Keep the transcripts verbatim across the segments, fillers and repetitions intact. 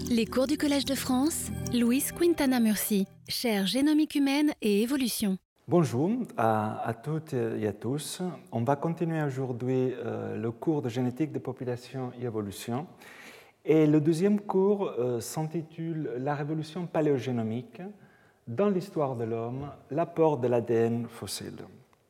Les cours du Collège de France, Louise Quintana Murcy, chaire Génomique humaine et évolution. Bonjour à, à toutes et à tous. On va continuer aujourd'hui euh, le cours de génétique des populations et évolution. Et le deuxième cours euh, s'intitule La révolution paléogénomique dans l'histoire de l'homme, l'apport de l'A D N fossile.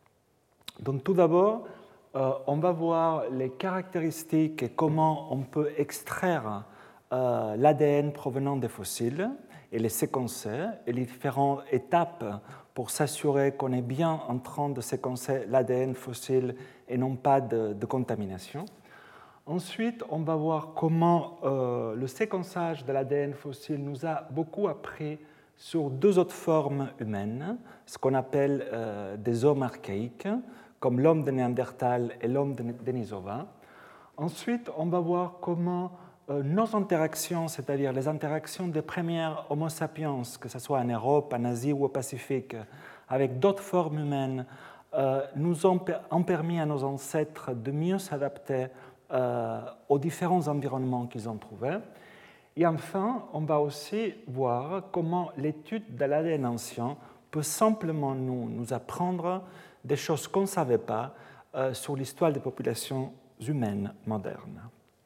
Donc tout d'abord, euh, on va voir les caractéristiques et comment on peut extraire euh, l'A D N provenant des fossiles et les séquencer et les différentes étapes pour s'assurer qu'on est bien en train de séquencer l'A D N fossile et non pas de, de contamination. Ensuite, on va voir comment euh, le séquençage de l'A D N fossile nous a beaucoup appris sur deux autres formes humaines, ce qu'on appelle euh, des hommes archaïques, comme l'homme de Néandertal et l'homme de Denisova. Ensuite, on va voir comment euh, nos interactions, c'est-à-dire les interactions des premières Homo sapiens, que ce soit en Europe, en Asie ou au Pacifique, avec d'autres formes humaines, euh, nous ont, ont permis à nos ancêtres de mieux s'adapter euh, aux différents environnements qu'ils ont trouvés. Et enfin, on va aussi voir comment l'étude de l'A D N ancien peut simplement nous, nous apprendre des choses qu'on ne savait pas euh, sur l'histoire des populations humaines modernes.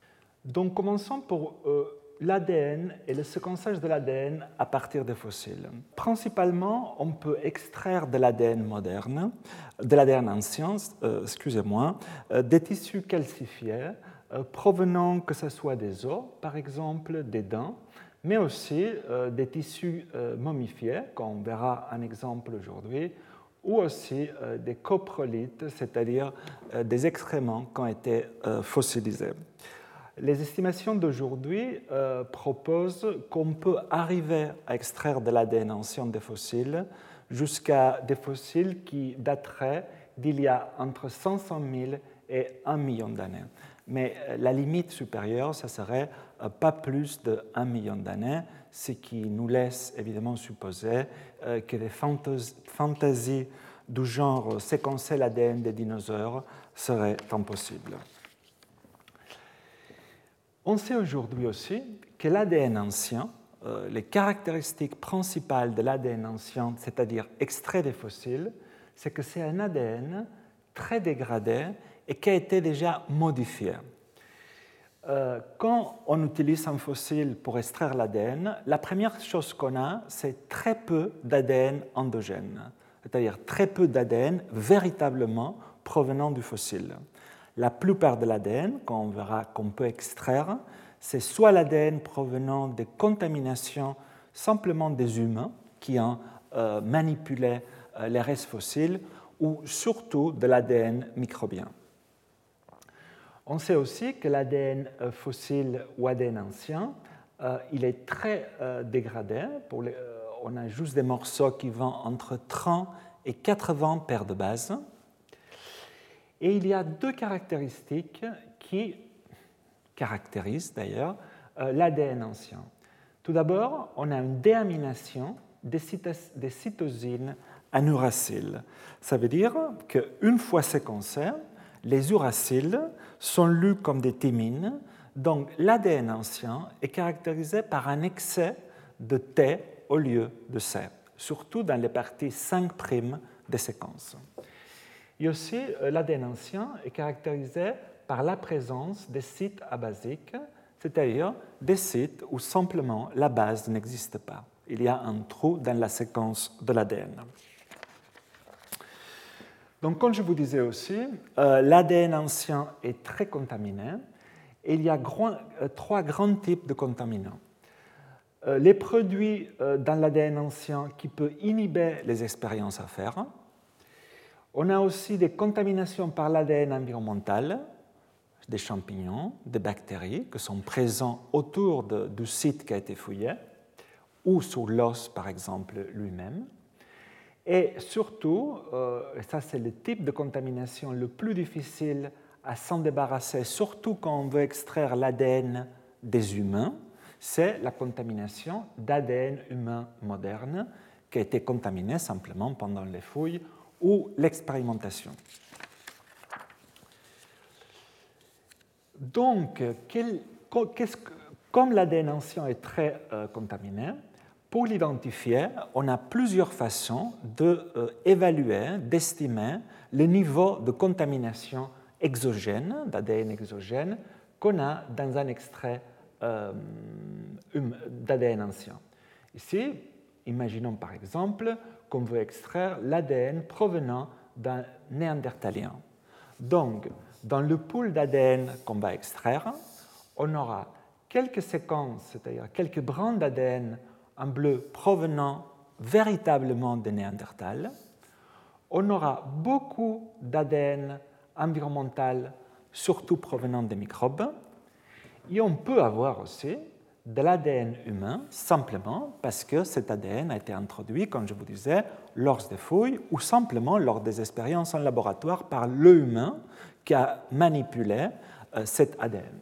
Donc, commençons pour euh, l'A D N et le séquençage de l'A D N à partir des fossiles. Principalement, on peut extraire de l'A D N moderne, de l'A D N ancien, euh, excusez-moi, euh, des tissus calcifiés euh, provenant que ce soit des os, par exemple des dents, mais aussi euh, des tissus euh, momifiés, comme on verra un exemple aujourd'hui, ou aussi euh, des coprolites, c'est-à-dire euh, des excréments qui ont été euh, fossilisés. Les estimations d'aujourd'hui euh, proposent qu'on peut arriver à extraire de l'A D N ancien des fossiles jusqu'à des fossiles qui dateraient d'il y a entre cinq cent mille et un million d'années. Mais la limite supérieure, ça serait euh, pas plus de un million d'années, ce qui nous laisse évidemment supposer euh, que les fantas- fantasies du genre séquencer l'A D N des dinosaures seraient impossibles. On sait aujourd'hui aussi que l'A D N ancien, euh, les caractéristiques principales de l'A D N ancien, c'est-à-dire extrait des fossiles, c'est que c'est un A D N très dégradé et qui a été déjà modifié. Euh, quand on utilise un fossile pour extraire l'A D N, la première chose qu'on a, c'est très peu d'A D N endogène, c'est-à-dire très peu d'A D N véritablement provenant du fossile. La plupart de l'A D N, qu'on verra qu'on peut extraire, c'est soit l'A D N provenant des contaminations simplement des humains qui ont euh, manipulé euh, les restes fossiles, ou surtout de l'A D N microbien. On sait aussi que l'A D N fossile ou A D N ancien, euh, il est très euh, dégradé. Pour les, euh, on a juste des morceaux qui vont entre trente et quatre-vingts paires de bases. Et il y a deux caractéristiques qui caractérisent d'ailleurs euh, l'A D N ancien. Tout d'abord, on a une déamination des, cytos- des cytosines en uracile. Ça veut dire qu'une fois séquencés, les uraciles sont lus comme des thymines, donc l'A D N ancien est caractérisé par un excès de T au lieu de C, surtout dans les parties cinq' des séquences. Et aussi, l'A D N ancien est caractérisé par la présence des sites abasiques, c'est-à-dire des sites où simplement la base n'existe pas. Il y a un trou dans la séquence de l'A D N. Donc, comme je vous disais aussi, euh, l'A D N ancien est très contaminé et il y a grand, euh, trois grands types de contaminants. Euh, les produits euh, dans l'A D N ancien qui peuvent inhiber les expériences à faire. On a aussi des contaminations par l'A D N environnemental, des champignons, des bactéries qui sont présents autour de, du site qui a été fouillé, ou sur l'os, par exemple, lui-même. Et surtout, euh, ça c'est le type de contamination le plus difficile à s'en débarrasser, surtout quand on veut extraire l'A D N des humains, c'est la contamination d'A D N humain moderne qui a été contaminé simplement pendant les fouilles ou l'expérimentation. Donc, quel, qu'est-ce que, Comme l'A D N ancien est très euh, contaminé, pour l'identifier, on a plusieurs façons d'évaluer, euh, d'estimer le niveau de contamination exogène, d'A D N exogène, qu'on a dans un extrait euh, d'A D N ancien. Ici, imaginons par exemple qu'on veut extraire l'A D N provenant d'un néandertalien. Donc, dans le pool d'A D N qu'on va extraire, on aura quelques séquences, c'est-à-dire quelques brins d'A D N en bleu provenant véritablement de Néandertal. On aura beaucoup d'A D N environnemental, surtout provenant des microbes. Et on peut avoir aussi de l'A D N humain, simplement parce que cet A D N a été introduit, comme je vous disais, lors des fouilles ou simplement lors des expériences en laboratoire par le humain qui a manipulé euh, cet A D N.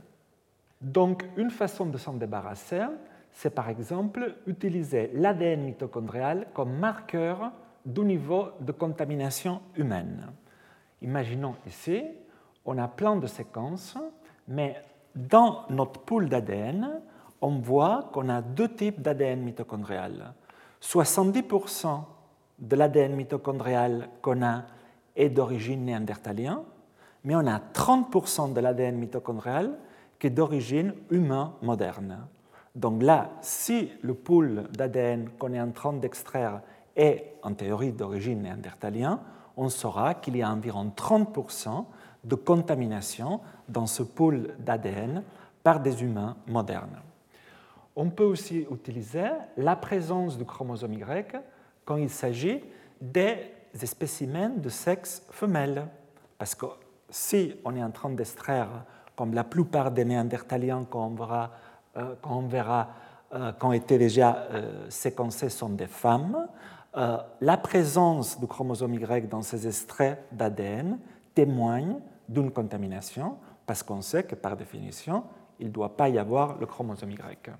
Donc, une façon de s'en débarrasser, c'est par exemple utiliser l'A D N mitochondrial comme marqueur du niveau de contamination humaine. Imaginons ici, on a plein de séquences, mais dans notre pool d'A D N, on voit qu'on a deux types d'A D N mitochondrial. soixante-dix pour cent de l'A D N mitochondrial qu'on a est d'origine néandertalienne, mais on a trente pour cent de l'A D N mitochondrial qui est d'origine humaine moderne. Donc là, si le pool d'A D N qu'on est en train d'extraire est en théorie d'origine néandertalienne, on saura qu'il y a environ trente pour cent de contamination dans ce pool d'A D N par des humains modernes. On peut aussi utiliser la présence du chromosome Y quand il s'agit des spécimens de sexe femelle. Parce que si on est en train d'extraire, comme la plupart des néandertaliens qu'on verra, euh, qu'on verra euh, qui ont été déjà euh, séquencés sont des femmes, euh, la présence du chromosome Y dans ces extraits d'A D N témoigne d'une contamination, parce qu'on sait que par définition, il ne doit pas y avoir le chromosome Y.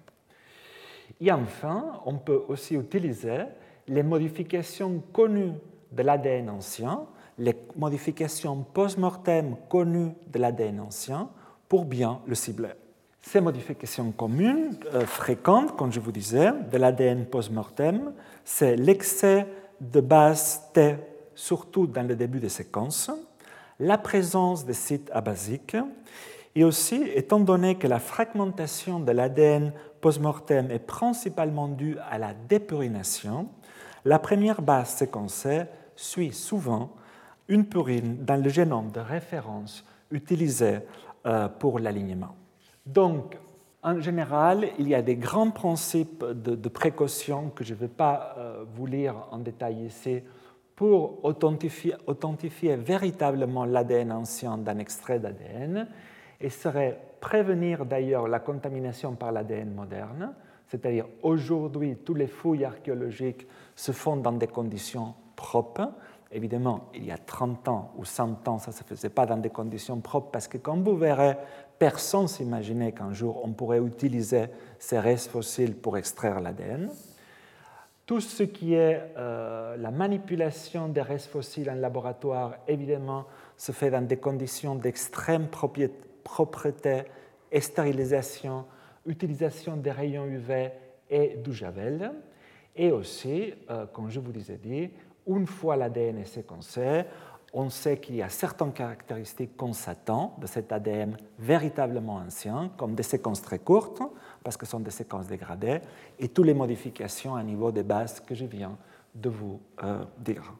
Et enfin, on peut aussi utiliser les modifications connues de l'A D N ancien, les modifications post-mortem connues de l'A D N ancien, pour bien le cibler. Ces modifications communes, euh, fréquentes, comme je vous disais, de l'A D N post-mortem, c'est l'excès de base T, surtout dans le début des séquences, la présence des sites abasiques, et aussi, étant donné que la fragmentation de l'A D N post-mortem est principalement due à la dépurination, la première base séquencée suit souvent une purine dans le génome de référence utilisé pour l'alignement. Donc, en général, il y a des grands principes de, de précaution que je ne vais pas euh, vous lire en détail ici pour authentifier, authentifier véritablement l'A D N ancien d'un extrait d'A D N, et serait prévenir d'ailleurs la contamination par l'A D N moderne, c'est-à-dire aujourd'hui, tous les fouilles archéologiques se font dans des conditions propres. Évidemment, il y a trente ans ou cent ans, ça ne se faisait pas dans des conditions propres, parce que comme vous verrez, personne ne s'imaginait qu'un jour on pourrait utiliser ces restes fossiles pour extraire l'A D N. Tout ce qui est euh, la manipulation des restes fossiles en laboratoire, évidemment, se fait dans des conditions d'extrême propreté, stérilisation, utilisation des rayons U V et du javel. Et aussi, euh, comme je vous disais dit, une fois l'A D N est séquencé, on sait qu'il y a certaines caractéristiques qu'on s'attend de cet A D N véritablement ancien, comme des séquences très courtes, parce que ce sont des séquences dégradées, et toutes les modifications à niveau des bases que je viens de vous euh, dire.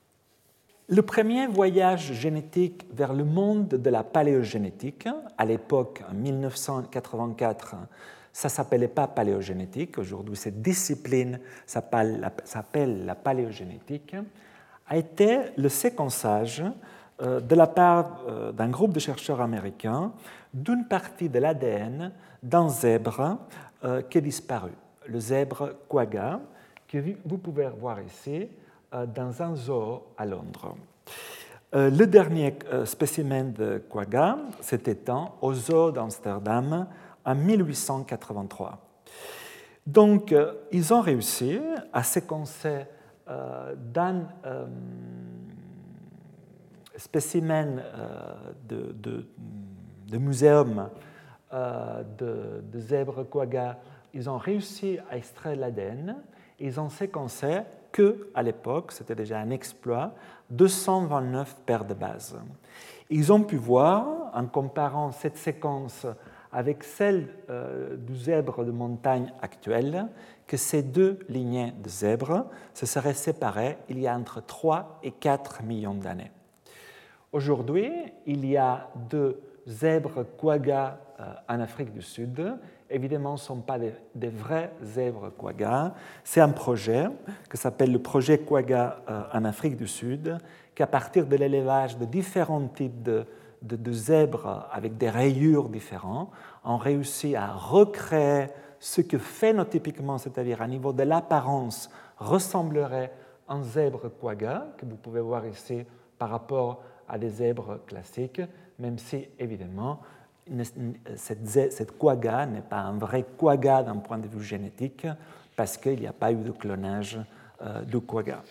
Le premier voyage génétique vers le monde de la paléogénétique, à l'époque, en mille neuf cent quatre-vingt-quatre, ça ne s'appelait pas paléogénétique, aujourd'hui cette discipline s'appelle la paléogénétique, a été le séquençage de la part d'un groupe de chercheurs américains d'une partie de l'A D N d'un zèbre qui est disparu, le zèbre quagga, que vous pouvez voir ici dans un zoo à Londres. Le dernier spécimen de quagga s'est éteint au zoo d'Amsterdam en mille huit cent quatre-vingt-trois. Donc, ils ont réussi à séquencer euh, d'un euh, spécimen euh, de, de, de muséum euh, de, de zèbres quagga, ils ont réussi à extraire l'A D N. Ils ont séquencé qu'à l'époque, c'était déjà un exploit, deux cent vingt-neuf paires de bases. Ils ont pu voir, en comparant cette séquence avec celle euh, du zèbre de montagne actuel, que ces deux lignées de zèbres se seraient séparées il y a entre trois et quatre millions d'années. Aujourd'hui, il y a deux zèbres quagga euh, en Afrique du Sud. Évidemment, ce ne sont pas des, des vrais zèbres quagga. C'est un projet qui s'appelle le projet Quagga euh, en Afrique du Sud, qui, à partir de l'élevage de différents types de, de, de zèbres avec des rayures différentes, ont réussi à recréer ce que phénotypiquement, c'est-à-dire à niveau de l'apparence, ressemblerait à un zèbre quagga, que vous pouvez voir ici par rapport à des zèbres classiques, même si, évidemment, cette, cette quagga n'est pas un vrai quagga d'un point de vue génétique, parce qu'il n'y a pas eu de clonage euh, de quagga.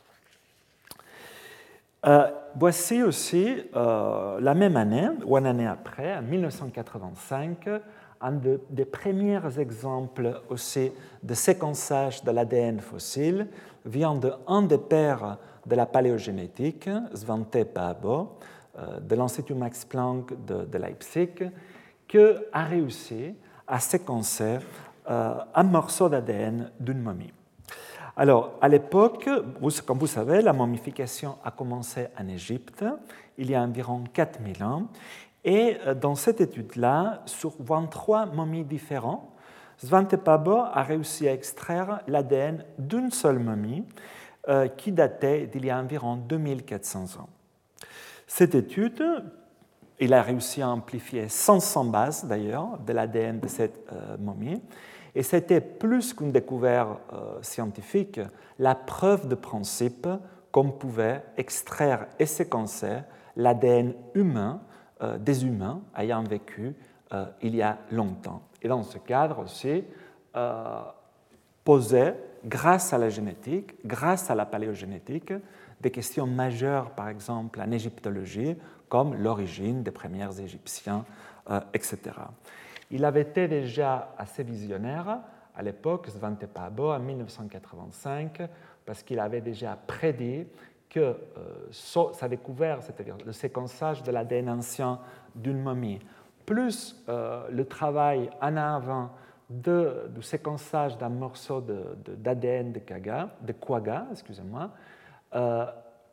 Euh, voici aussi, euh, la même année, ou une année après, en mille neuf cent quatre-vingt-cinq, un de, des premiers exemples aussi de séquençage de l'A D N fossile vient d'un des pères de la paléogénétique, Svante Pääbo, de l'Institut Max Planck de, de Leipzig, qui a réussi à séquencer euh, un morceau d'A D N d'une momie. Alors, à l'époque, comme vous savez, la momification a commencé en Égypte, il y a environ quatre mille ans, et dans cette étude-là, sur vingt-trois momies différentes, Svante Pääbo a réussi à extraire l'A D N d'une seule momie euh, qui datait d'il y a environ deux mille quatre cents ans. Cette étude, il a réussi à amplifier cinq cents bases d'ailleurs de l'A D N de cette euh, momie, et c'était plus qu'une découverte euh, scientifique, la preuve de principe qu'on pouvait extraire et séquencer l'A D N humain euh, des humains ayant vécu euh, il y a longtemps. Et dans ce cadre aussi, euh, poser, grâce à la génétique, grâce à la paléogénétique, des questions majeures, par exemple en égyptologie, comme l'origine des premiers Égyptiens, euh, et cetera. Il avait été déjà assez visionnaire à l'époque, Svante Pääbo, en mille neuf cent quatre-vingt-cinq, parce qu'il avait déjà prédit que euh, sa découverte, c'est-à-dire le séquençage de l'A D N ancien d'une momie, plus euh, le travail en avant de, du séquençage d'un morceau d'A D N de, de, de quagga, excusez-moi, euh,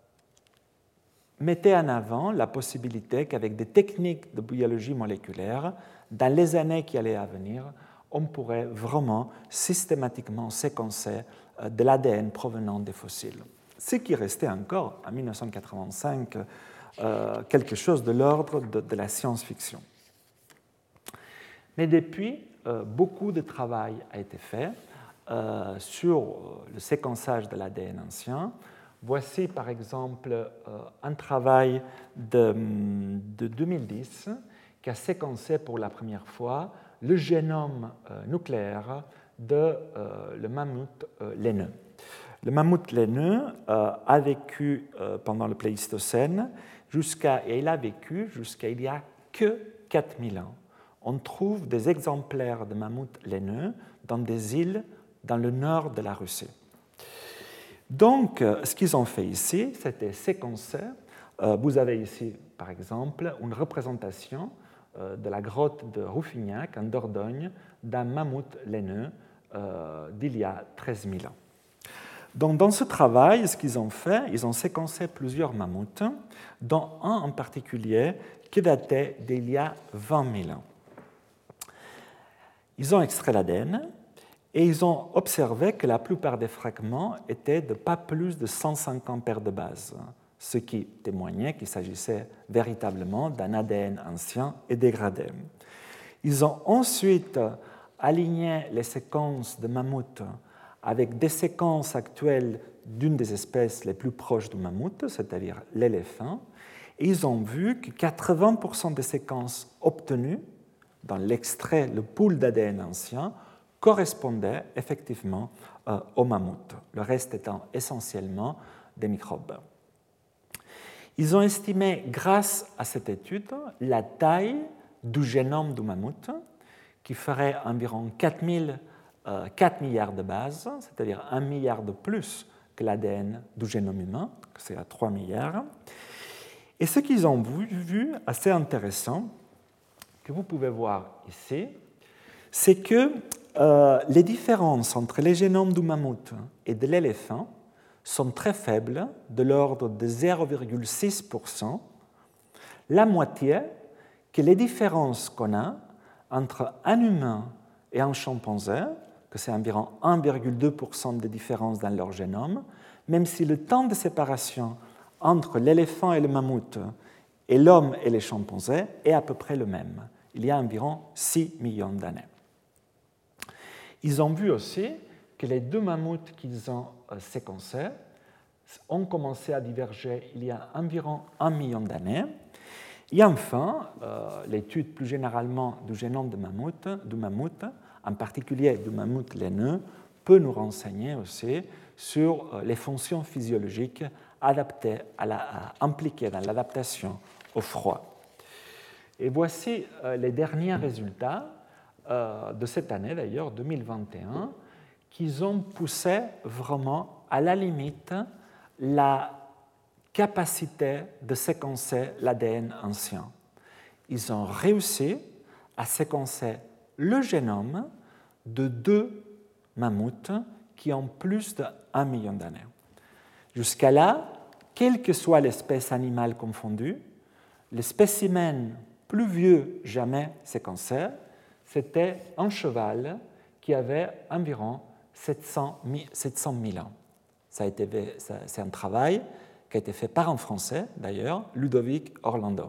mettait en avant la possibilité qu'avec des techniques de biologie moléculaire, dans les années qui allaient à venir, on pourrait vraiment systématiquement séquencer de l'A D N provenant des fossiles. Ce qui restait encore, en mille neuf cent quatre-vingt-cinq, euh, quelque chose de l'ordre de, de la science-fiction. Mais depuis, euh, beaucoup de travail a été fait euh, sur le séquençage de l'A D N ancien. Voici par exemple euh, un travail de, de deux mille dix qui a séquencé pour la première fois le génome euh, nucléaire de euh, le mammouth euh, laineux. Le mammouth laineux euh, a vécu euh, pendant le Pléistocène jusqu'à, et il a vécu jusqu'à il y a que quatre mille ans. On trouve des exemplaires de mammouth laineux dans des îles dans le nord de la Russie. Donc, ce qu'ils ont fait ici, c'était séquencer. Euh, vous avez ici, par exemple, une représentation euh, de la grotte de Rouffignac, en Dordogne, d'un mammouth laineux euh, d'il y a treize mille ans. Donc, dans ce travail, ce qu'ils ont fait, ils ont séquencé plusieurs mammouths, dont un en particulier qui datait d'il y a vingt mille ans. Ils ont extrait l'A D N et ils ont observé que la plupart des fragments étaient de pas plus de cent cinquante paires de bases, ce qui témoignait qu'il s'agissait véritablement d'un A D N ancien et dégradé. Ils ont ensuite aligné les séquences de mammouths avec des séquences actuelles d'une des espèces les plus proches du mammouth, c'est-à-dire l'éléphant, et ils ont vu que quatre-vingts pour cent des séquences obtenues dans l'extrait, le pool d'A D N ancien, correspondaient effectivement euh, au mammouth, le reste étant essentiellement des microbes. Ils ont estimé, grâce à cette étude, la taille du génome du mammouth, qui ferait environ quatre mille, euh, quatre milliards de bases, c'est-à-dire un milliard de plus que l'A D N du génome humain, c'est à trois milliards. Et ce qu'ils ont vu, vu, assez intéressant, que vous pouvez voir ici, c'est que euh, les différences entre les génomes du mammouth et de l'éléphant sont très faibles, de l'ordre de zéro virgule six pour cent, la moitié que les différences qu'on a entre un humain et un chimpanzé, que c'est environ un virgule deux pour cent de différence dans leur génome, même si le temps de séparation entre l'éléphant et le mammouth et l'homme et les chimpanzés est à peu près le même. Il y a environ six millions d'années. Ils ont vu aussi que les deux mammouths qu'ils ont séquencés ont commencé à diverger il y a environ un million d'années. Et enfin, euh, l'étude plus généralement du génome de mammouth, du mammouth, en particulier du mammouth laineux, peut nous renseigner aussi sur les fonctions physiologiques adaptées à la, à, impliquées dans l'adaptation au froid. Et voici euh, les derniers résultats euh, de cette année, d'ailleurs, deux mille vingt et un, qui ont poussé vraiment à la limite la capacité de séquencer l'A D N ancien. Ils ont réussi à séquencer le génome de deux mammouths qui ont plus d'un million d'années. Jusqu'à là, quelle que soit l'espèce animale confondue, le spécimen plus vieux jamais séquencé, c'était un cheval qui avait environ sept cent mille ans. Ça a été, c'est un travail qui a été fait par un Français, d'ailleurs, Ludovic Orlando.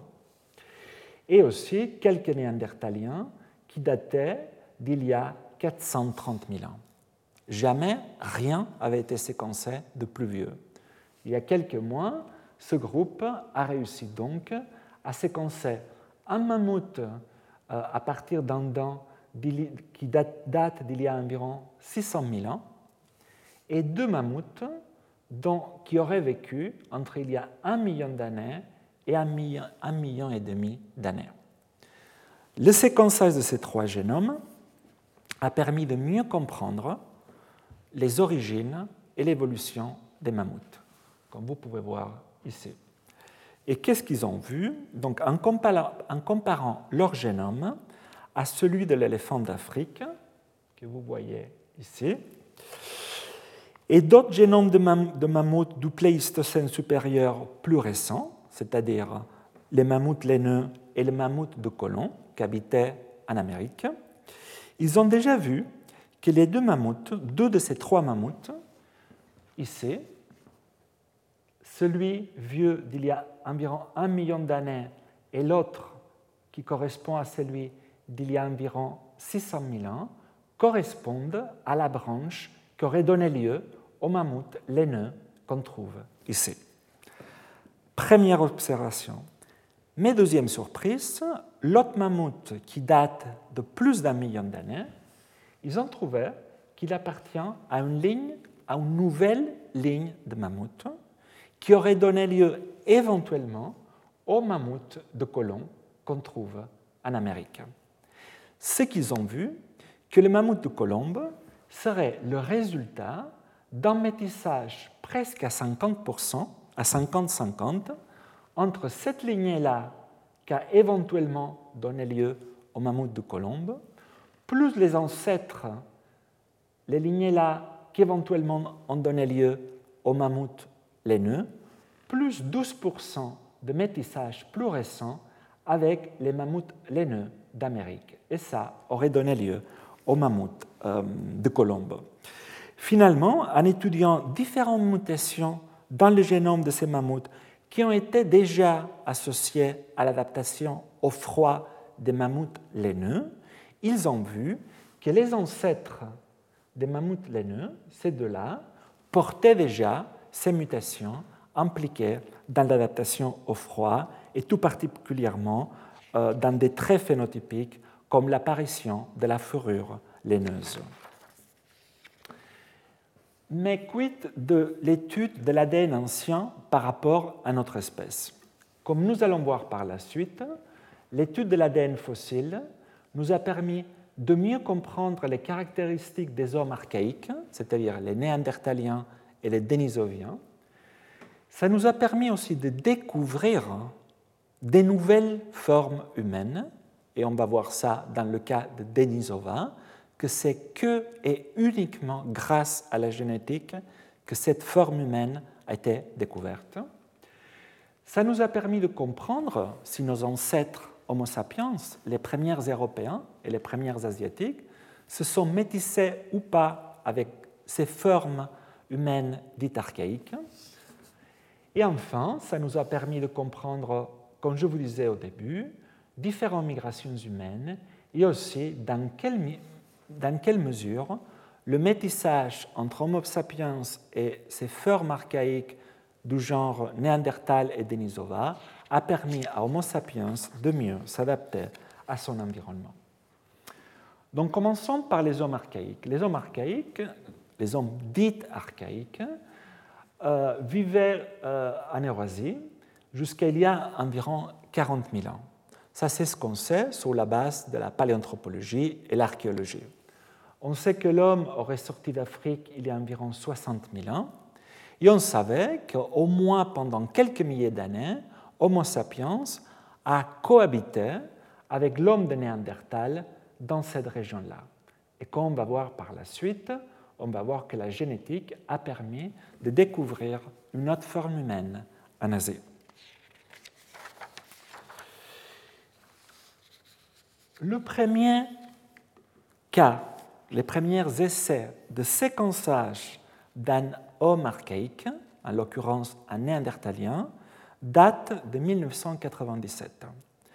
Et aussi quelques néandertaliens qui dataient d'il y a quatre cent trente mille ans. Jamais rien n'avait été séquencé de plus vieux. Il y a quelques mois, ce groupe a réussi donc à séquencer un mammouth à partir d'un dent qui date d'il y a environ six cent mille ans et deux mammouths dont, qui auraient vécu entre il y a un million d'années et un million, un million et demi d'années. Le séquençage de ces trois génomes a permis de mieux comprendre les origines et l'évolution des mammouths, comme vous pouvez voir ici. Et qu'est-ce qu'ils ont vu? Donc, en comparant, en comparant leur génome à celui de l'éléphant d'Afrique, que vous voyez ici, et d'autres génomes de, mam- de mammouths du Pléistocène supérieur plus récents, c'est-à-dire les mammouths laineux et les mammouths de Colomb, qui habitaient en Amérique, ils ont déjà vu que les deux mammouths, deux de ces trois mammouths, ici, celui vieux d'il y a environ un million d'années et l'autre qui correspond à celui d'il y a environ six cent mille ans, correspondent à la branche qui aurait donné lieu au mammouth laineux qu'on trouve ici. Première observation. Mais deuxième surprise, l'autre mammouth qui date de plus d'un million d'années, ils ont trouvé qu'il appartient à une ligne, à une nouvelle ligne de mammouth qui aurait donné lieu éventuellement au mammouth de Colomb qu'on trouve en Amérique. Ce qu'ils ont vu, que le mammouth de Colomb serait le résultat d'un métissage presque à cinquante pour cent, à cinquante cinquante, entre cette lignée-là qui a éventuellement donné lieu au mammouth de Colomb, plus les ancêtres, les lignées-là qui éventuellement ont donné lieu au mammouth laineux, plus douze pour cent de métissage plus récent avec les mammouths laineux d'Amérique. Et ça aurait donné lieu au mammouth euh, de Colomb. Finalement, en étudiant différentes mutations dans le génome de ces mammouths qui ont été déjà associées à l'adaptation au froid des mammouths laineux, ils ont vu que les ancêtres des mammouths laineux, ces deux-là, portaient déjà ces mutations impliquées dans l'adaptation au froid et tout particulièrement euh, dans des traits phénotypiques comme l'apparition de la fourrure laineuse. Mais quid de l'étude de l'A D N ancien par rapport à notre espèce? Comme nous allons voir par la suite, l'étude de l'A D N fossile nous a permis de mieux comprendre les caractéristiques des hommes archaïques, c'est-à-dire les Néandertaliens et les Denisoviens. Ça nous a permis aussi de découvrir des nouvelles formes humaines, et on va voir ça dans le cas de Denisova, que c'est que et uniquement grâce à la génétique que cette forme humaine a été découverte. Ça nous a permis de comprendre si nos ancêtres Homo sapiens, les premiers Européens et les premiers Asiatiques, se sont métissés ou pas avec ces formes humaines dites archaïques. Et enfin, ça nous a permis de comprendre, comme je vous disais au début, différentes migrations humaines et aussi dans quelle, dans quelle mesure le métissage entre Homo sapiens et ces formes archaïques du genre Néandertal et Denisova a permis à Homo sapiens de mieux s'adapter à son environnement. Donc commençons par les hommes archaïques. Les hommes archaïques, les hommes dits archaïques, euh, vivaient euh, en Eurasie jusqu'à il y a environ quarante mille ans. Ça, c'est ce qu'on sait sur la base de la paléanthropologie et l'archéologie. On sait que l'homme aurait sorti d'Afrique il y a environ soixante mille ans, et on savait qu'au moins pendant quelques milliers d'années, Homo sapiens a cohabité avec l'homme de Néandertal dans cette région-là. Et comme on va voir par la suite, on va voir que la génétique a permis de découvrir une autre forme humaine en Asie. Le premier cas, les premiers essais de séquençage d'un homme archaïque, en l'occurrence un néandertalien, date de mille neuf cent quatre-vingt-dix-sept,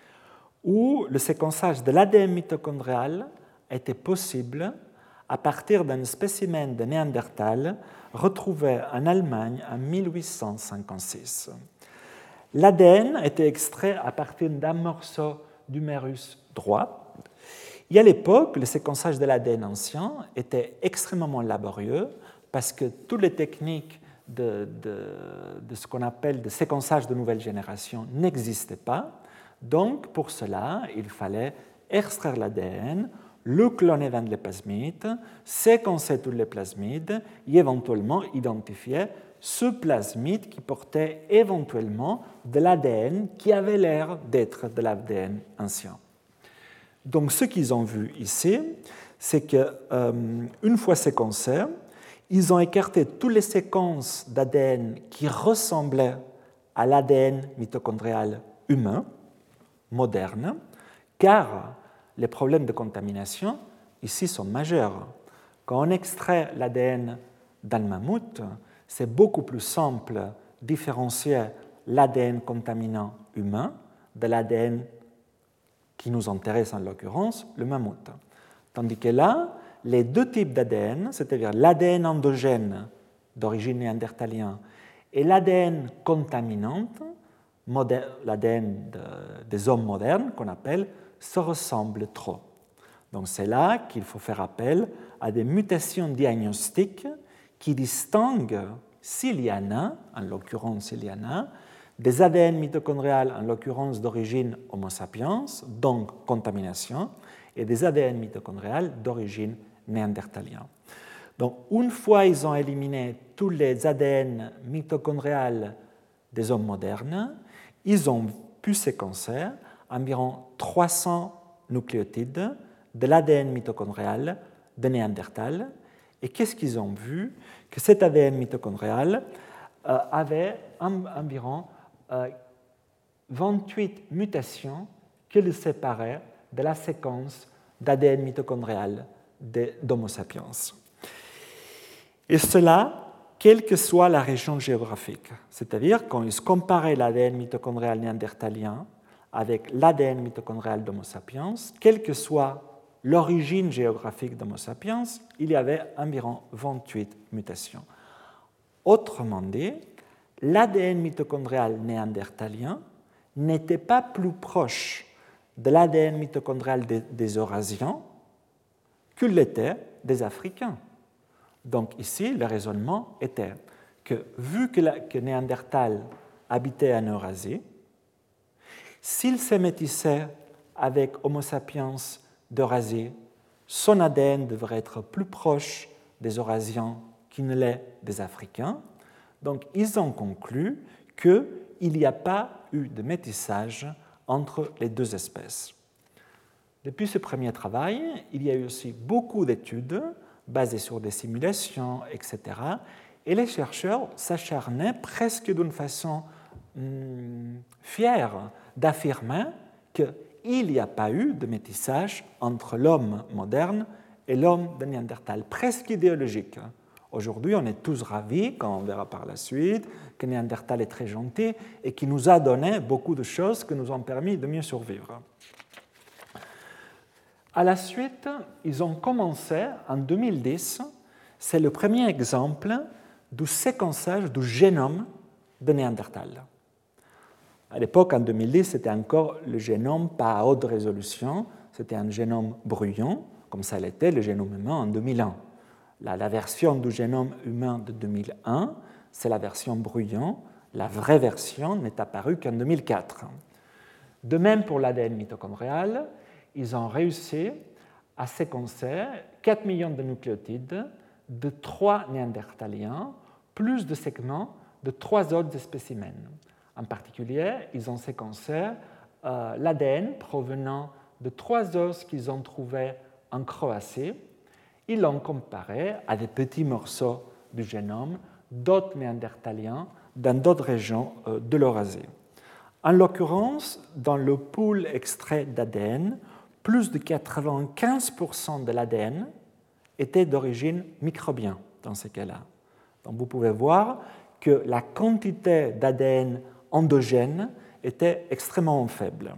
où le séquençage de l'A D N mitochondrial était possible à partir d'un spécimen de Néandertal retrouvé en Allemagne en mille huit cent cinquante-six. L'A D N était extrait à partir d'un morceau d'humérus droit. Et à l'époque, le séquençage de l'A D N ancien était extrêmement laborieux parce que toutes les techniques de, de, de ce qu'on appelle de séquençage de nouvelle génération n'existaient pas. Donc, pour cela, il fallait extraire l'A D N, le cloner dans les plasmides, séquencer tous les plasmides et éventuellement identifier ce plasmide qui portait éventuellement de l'A D N qui avait l'air d'être de l'A D N ancien. Donc, ce qu'ils ont vu ici, c'est qu'une euh, fois séquencés, ils ont écarté toutes les séquences d'A D N qui ressemblaient à l'A D N mitochondrial humain, moderne, car les problèmes de contamination ici sont majeurs. Quand on extrait l'A D N d'un mammouth, c'est beaucoup plus simple de différencier l'A D N contaminant humain de l'A D N qui nous intéresse en l'occurrence, le mammouth. Tandis que là, les deux types d'A D N, c'est-à-dire l'A D N endogène d'origine néandertalienne et l'A D N contaminante, l'A D N de, des hommes modernes qu'on appelle, se ressemblent trop. Donc c'est là qu'il faut faire appel à des mutations diagnostiques qui distinguent, s'il y en a, en l'occurrence s'il y en a, des A D N mitochondriales, en l'occurrence d'origine Homo sapiens, donc contamination, et des A D N mitochondriales d'origine néandertalienne. Donc, une fois ils ont éliminé tous les A D N mitochondriales des hommes modernes, ils ont pu séquencer environ trois cents nucléotides de l'A D N mitochondrial de Néandertal. Et qu'est-ce qu'ils ont vu? Que cet A D N mitochondrial euh, avait un, environ euh, vingt-huit mutations qui le séparaient de la séquence d'A D N mitochondrial d'Homo sapiens. Et cela, quelle que soit la région géographique. C'est-à-dire, quand ils comparaient l'A D N mitochondrial néandertalien avec l'A D N mitochondrial d'Homo sapiens, quelle que soit l'origine géographique d'Homo sapiens, il y avait environ vingt-huit mutations. Autrement dit, l'A D N mitochondrial néandertalien n'était pas plus proche de l'A D N mitochondrial des, des Eurasiens qu'il l'était des Africains. Donc ici, le raisonnement était que, vu que, la, que Néandertal habitait en Eurasie, s'il se métissait avec Homo sapiens d'Eurasie, son A D N devrait être plus proche des Eurasiens qu'il ne l'est des Africains. Donc, ils ont conclu qu'il n'y a pas eu de métissage entre les deux espèces. Depuis ce premier travail, il y a eu aussi beaucoup d'études basées sur des simulations, et cetera. Et les chercheurs s'acharnaient presque d'une façon hum, fière d'affirmer qu'il n'y a pas eu de métissage entre l'homme moderne et l'homme de Néandertal, presque idéologique. Aujourd'hui, on est tous ravis, quand on verra par la suite, que Néandertal est très gentil et qui nous a donné beaucoup de choses qui nous ont permis de mieux survivre. À la suite, ils ont commencé en deux mille dix, c'est le premier exemple du séquençage du génome de Néandertal. À l'époque, en deux mille dix, c'était encore le génome pas à haute résolution, c'était un génome brouillon, comme ça l'était le génome humain en deux mille un. La, la version du génome humain de deux mille un, c'est la version brouillon, la vraie version n'est apparue qu'en deux mille quatre. De même pour l'A D N mitochondrial, ils ont réussi à séquencer quatre millions de nucléotides de trois néandertaliens, plus de segments de trois autres spécimens. En particulier, ils ont séquencé euh, l'A D N provenant de trois os qu'ils ont trouvés en Croatie. Ils l'ont comparé à des petits morceaux du génome d'autres néandertaliens dans d'autres régions euh, de l'Eurasie. En l'occurrence, dans le pool extrait d'A D N, plus de quatre-vingt-quinze pour cent de l'A D N était d'origine microbienne dans ces cas-là. Donc vous pouvez voir que la quantité d'A D N endogène était extrêmement faible.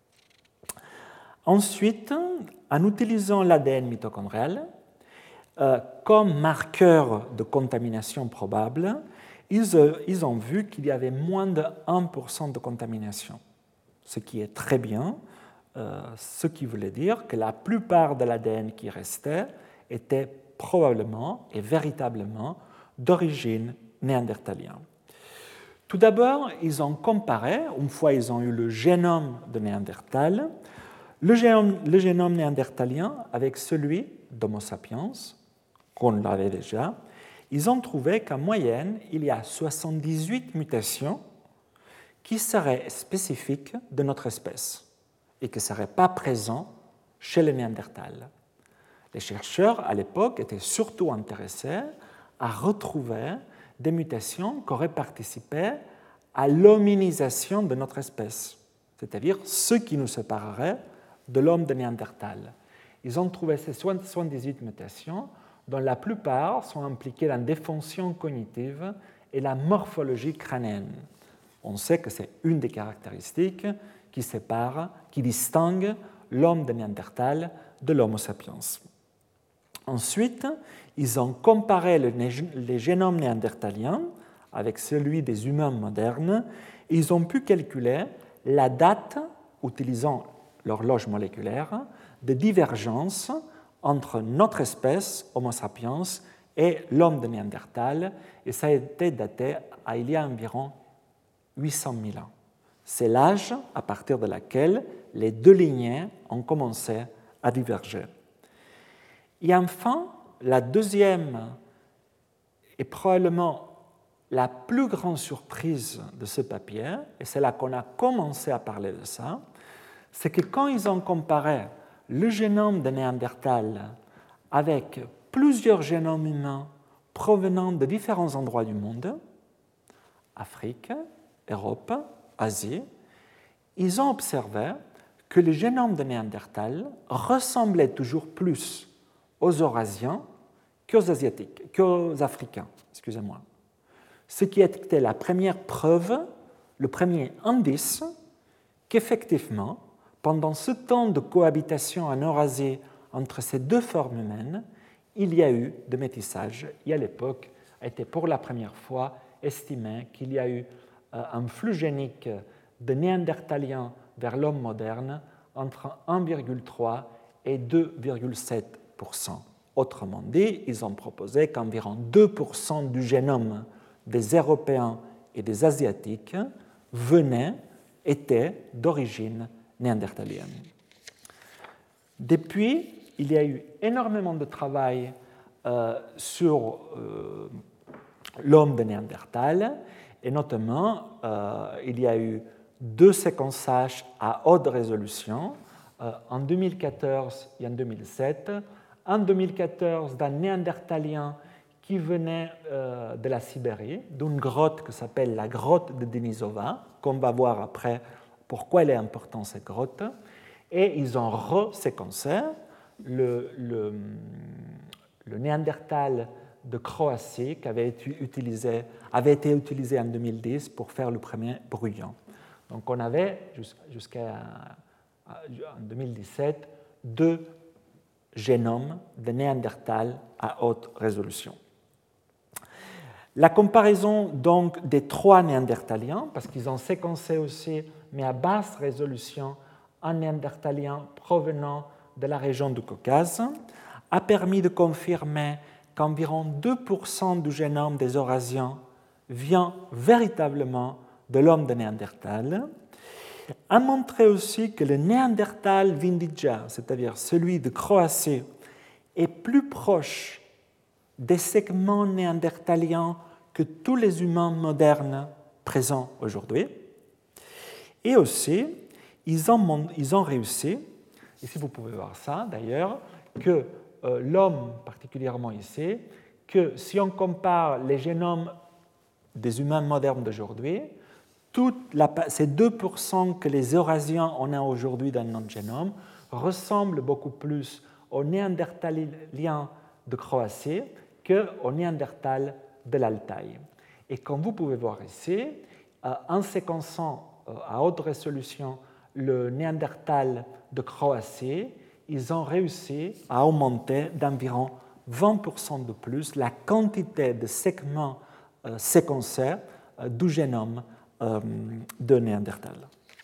Ensuite, en utilisant l'A D N mitochondrial euh, comme marqueur de contamination probable, ils, euh, ils ont vu qu'il y avait moins de un pour cent de contamination, ce qui est très bien, euh, ce qui voulait dire que la plupart de l'A D N qui restait était probablement et véritablement d'origine néandertalienne. Tout d'abord, ils ont comparé, une fois ils ont eu le génome de Néandertal, le génome, le génome néandertalien avec celui d'Homo sapiens, qu'on l'avait déjà. Ils ont trouvé qu'en moyenne, il y a soixante-dix-huit mutations qui seraient spécifiques de notre espèce et qui ne seraient pas présentes chez les Néandertals. Les chercheurs, à l'époque, étaient surtout intéressés à retrouver des mutations qui auraient participé à l'hominisation de notre espèce, c'est-à-dire ce qui nous séparerait de l'homme de Néandertal. Ils ont trouvé ces soixante-dix-huit mutations, dont la plupart sont impliquées dans des fonctions cognitives et la morphologie crânienne. On sait que c'est une des caractéristiques qui sépare, qui distingue l'homme de Néandertal de l'Homo sapiens. Ensuite, ils ont comparé les génomes néandertaliens avec celui des humains modernes et ils ont pu calculer la date, utilisant l'horloge moléculaire, de divergence entre notre espèce, Homo sapiens, et l'homme de Néandertal, et ça a été daté à il y a environ huit cent mille ans. C'est l'âge à partir de laquelle les deux lignées ont commencé à diverger. Et enfin, la deuxième et probablement la plus grande surprise de ce papier, et c'est là qu'on a commencé à parler de ça, c'est que quand ils ont comparé le génome de Néandertal avec plusieurs génomes humains provenant de différents endroits du monde, Afrique, Europe, Asie, ils ont observé que le génome de Néandertal ressemblait toujours plus aux Eurasiens qu'aux Asiatiques, qu'aux Africains, excusez-moi. Ce qui était la première preuve, le premier indice qu'effectivement, pendant ce temps de cohabitation en Eurasie entre ces deux formes humaines, il y a eu de métissage. Et à l'époque, a été pour la première fois estimé qu'il y a eu un flux génique de Néandertaliens vers l'homme moderne entre un virgule trois et deux virgule sept pour cent. Autrement dit, ils ont proposé qu'environ deux pour cent du génome des Européens et des Asiatiques venait, était d'origine néandertalienne. Depuis, il y a eu énormément de travail euh, sur euh, l'homme de Néandertal, et notamment, euh, il y a eu deux séquençages à haute résolution, euh, en deux mille quatorze et en deux mille sept. En deux mille quatorze, d'un Néandertalien qui venait euh, de la Sibérie, d'une grotte qui s'appelle la grotte de Denisova, qu'on va voir après pourquoi elle est importante, cette grotte. Et ils ont reséquencé le, le, le Néandertal de Croatie qui avait été utilisé, avait été utilisé en deux mille dix pour faire le premier brouillon. Donc on avait jusqu'à deux mille dix-sept deux génomes de Néandertal à haute résolution. La comparaison donc des trois Néandertaliens, parce qu'ils ont séquencé aussi, mais à basse résolution, un Néandertalien provenant de la région du Caucase, a permis de confirmer qu'environ deux pour cent du génome des Eurasiens vient véritablement de l'homme de Néandertal, a montré aussi que le Néandertal vindija, c'est-à-dire celui de Croatie, est plus proche des segments néandertaliens que tous les humains modernes présents aujourd'hui. Et aussi, ils ont, ils ont réussi, ici vous pouvez voir ça d'ailleurs, que euh, l'homme, particulièrement ici, que si on compare les génomes des humains modernes d'aujourd'hui, ces deux pour cent que les Eurasiens ont aujourd'hui dans notre génome ressemblent beaucoup plus aux Néandertaliens de Croatie qu'aux Néandertals de l'Altaï. Et comme vous pouvez voir ici, en séquençant à haute résolution le Néandertal de Croatie, ils ont réussi à augmenter d'environ vingt pour cent de plus la quantité de segments séquencés du génome de Néandertal.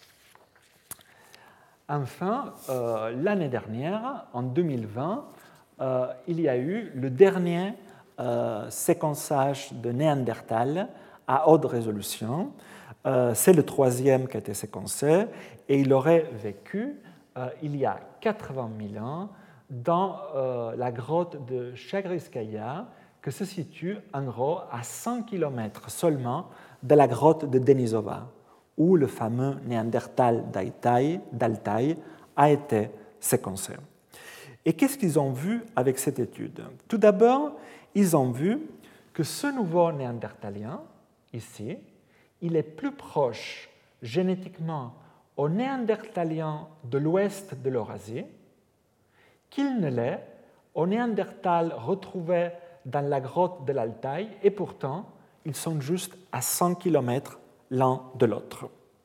Enfin, euh, l'année dernière, en deux mille vingt, euh, il y a eu le dernier euh, séquençage de Néandertal à haute résolution. Euh, c'est le troisième qui a été séquencé et il aurait vécu euh, il y a quatre-vingt mille ans dans euh, la grotte de Chagriskaya, qui se situe en gros à cent kilomètres seulement de la grotte de Denisova, où le fameux Néandertal d'Altaï a été séquencé. Et qu'est-ce qu'ils ont vu avec cette étude? Tout d'abord, ils ont vu que ce nouveau Néandertalien, ici, il est plus proche génétiquement au Néandertalien de l'ouest de l'Eurasie qu'il ne l'est au Néandertal retrouvé dans la grotte de l'Altaï, et pourtant, ils sont juste à cent kilomètres l'un de l'autre.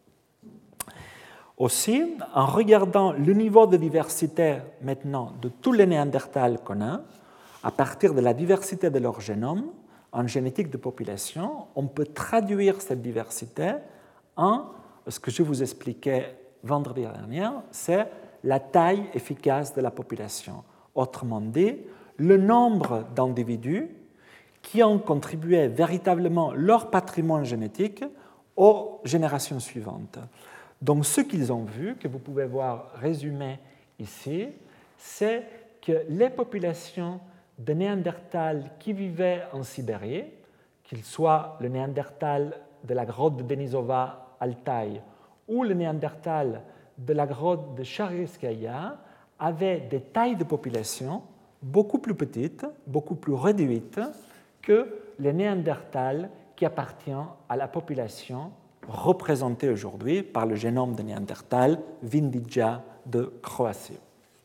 Aussi, en regardant le niveau de diversité maintenant de tous les Néandertals qu'on a, à partir de la diversité de leur génome, en génétique de population, on peut traduire cette diversité en ce que je vous expliquais vendredi dernier, c'est la taille efficace de la population. Autrement dit, le nombre d'individus qui ont contribué véritablement leur patrimoine génétique aux générations suivantes. Donc ce qu'ils ont vu, que vous pouvez voir résumé ici, c'est que les populations de Néandertal qui vivaient en Sibérie, qu'ils soient le Néandertal de la grotte de Denisova, Altaï, ou le Néandertal de la grotte de Chagriskaya, avaient des tailles de population beaucoup plus petites, beaucoup plus réduites que les Néandertals qui appartiennent à la population représentée aujourd'hui par le génome de Néandertal vindija de Croatie.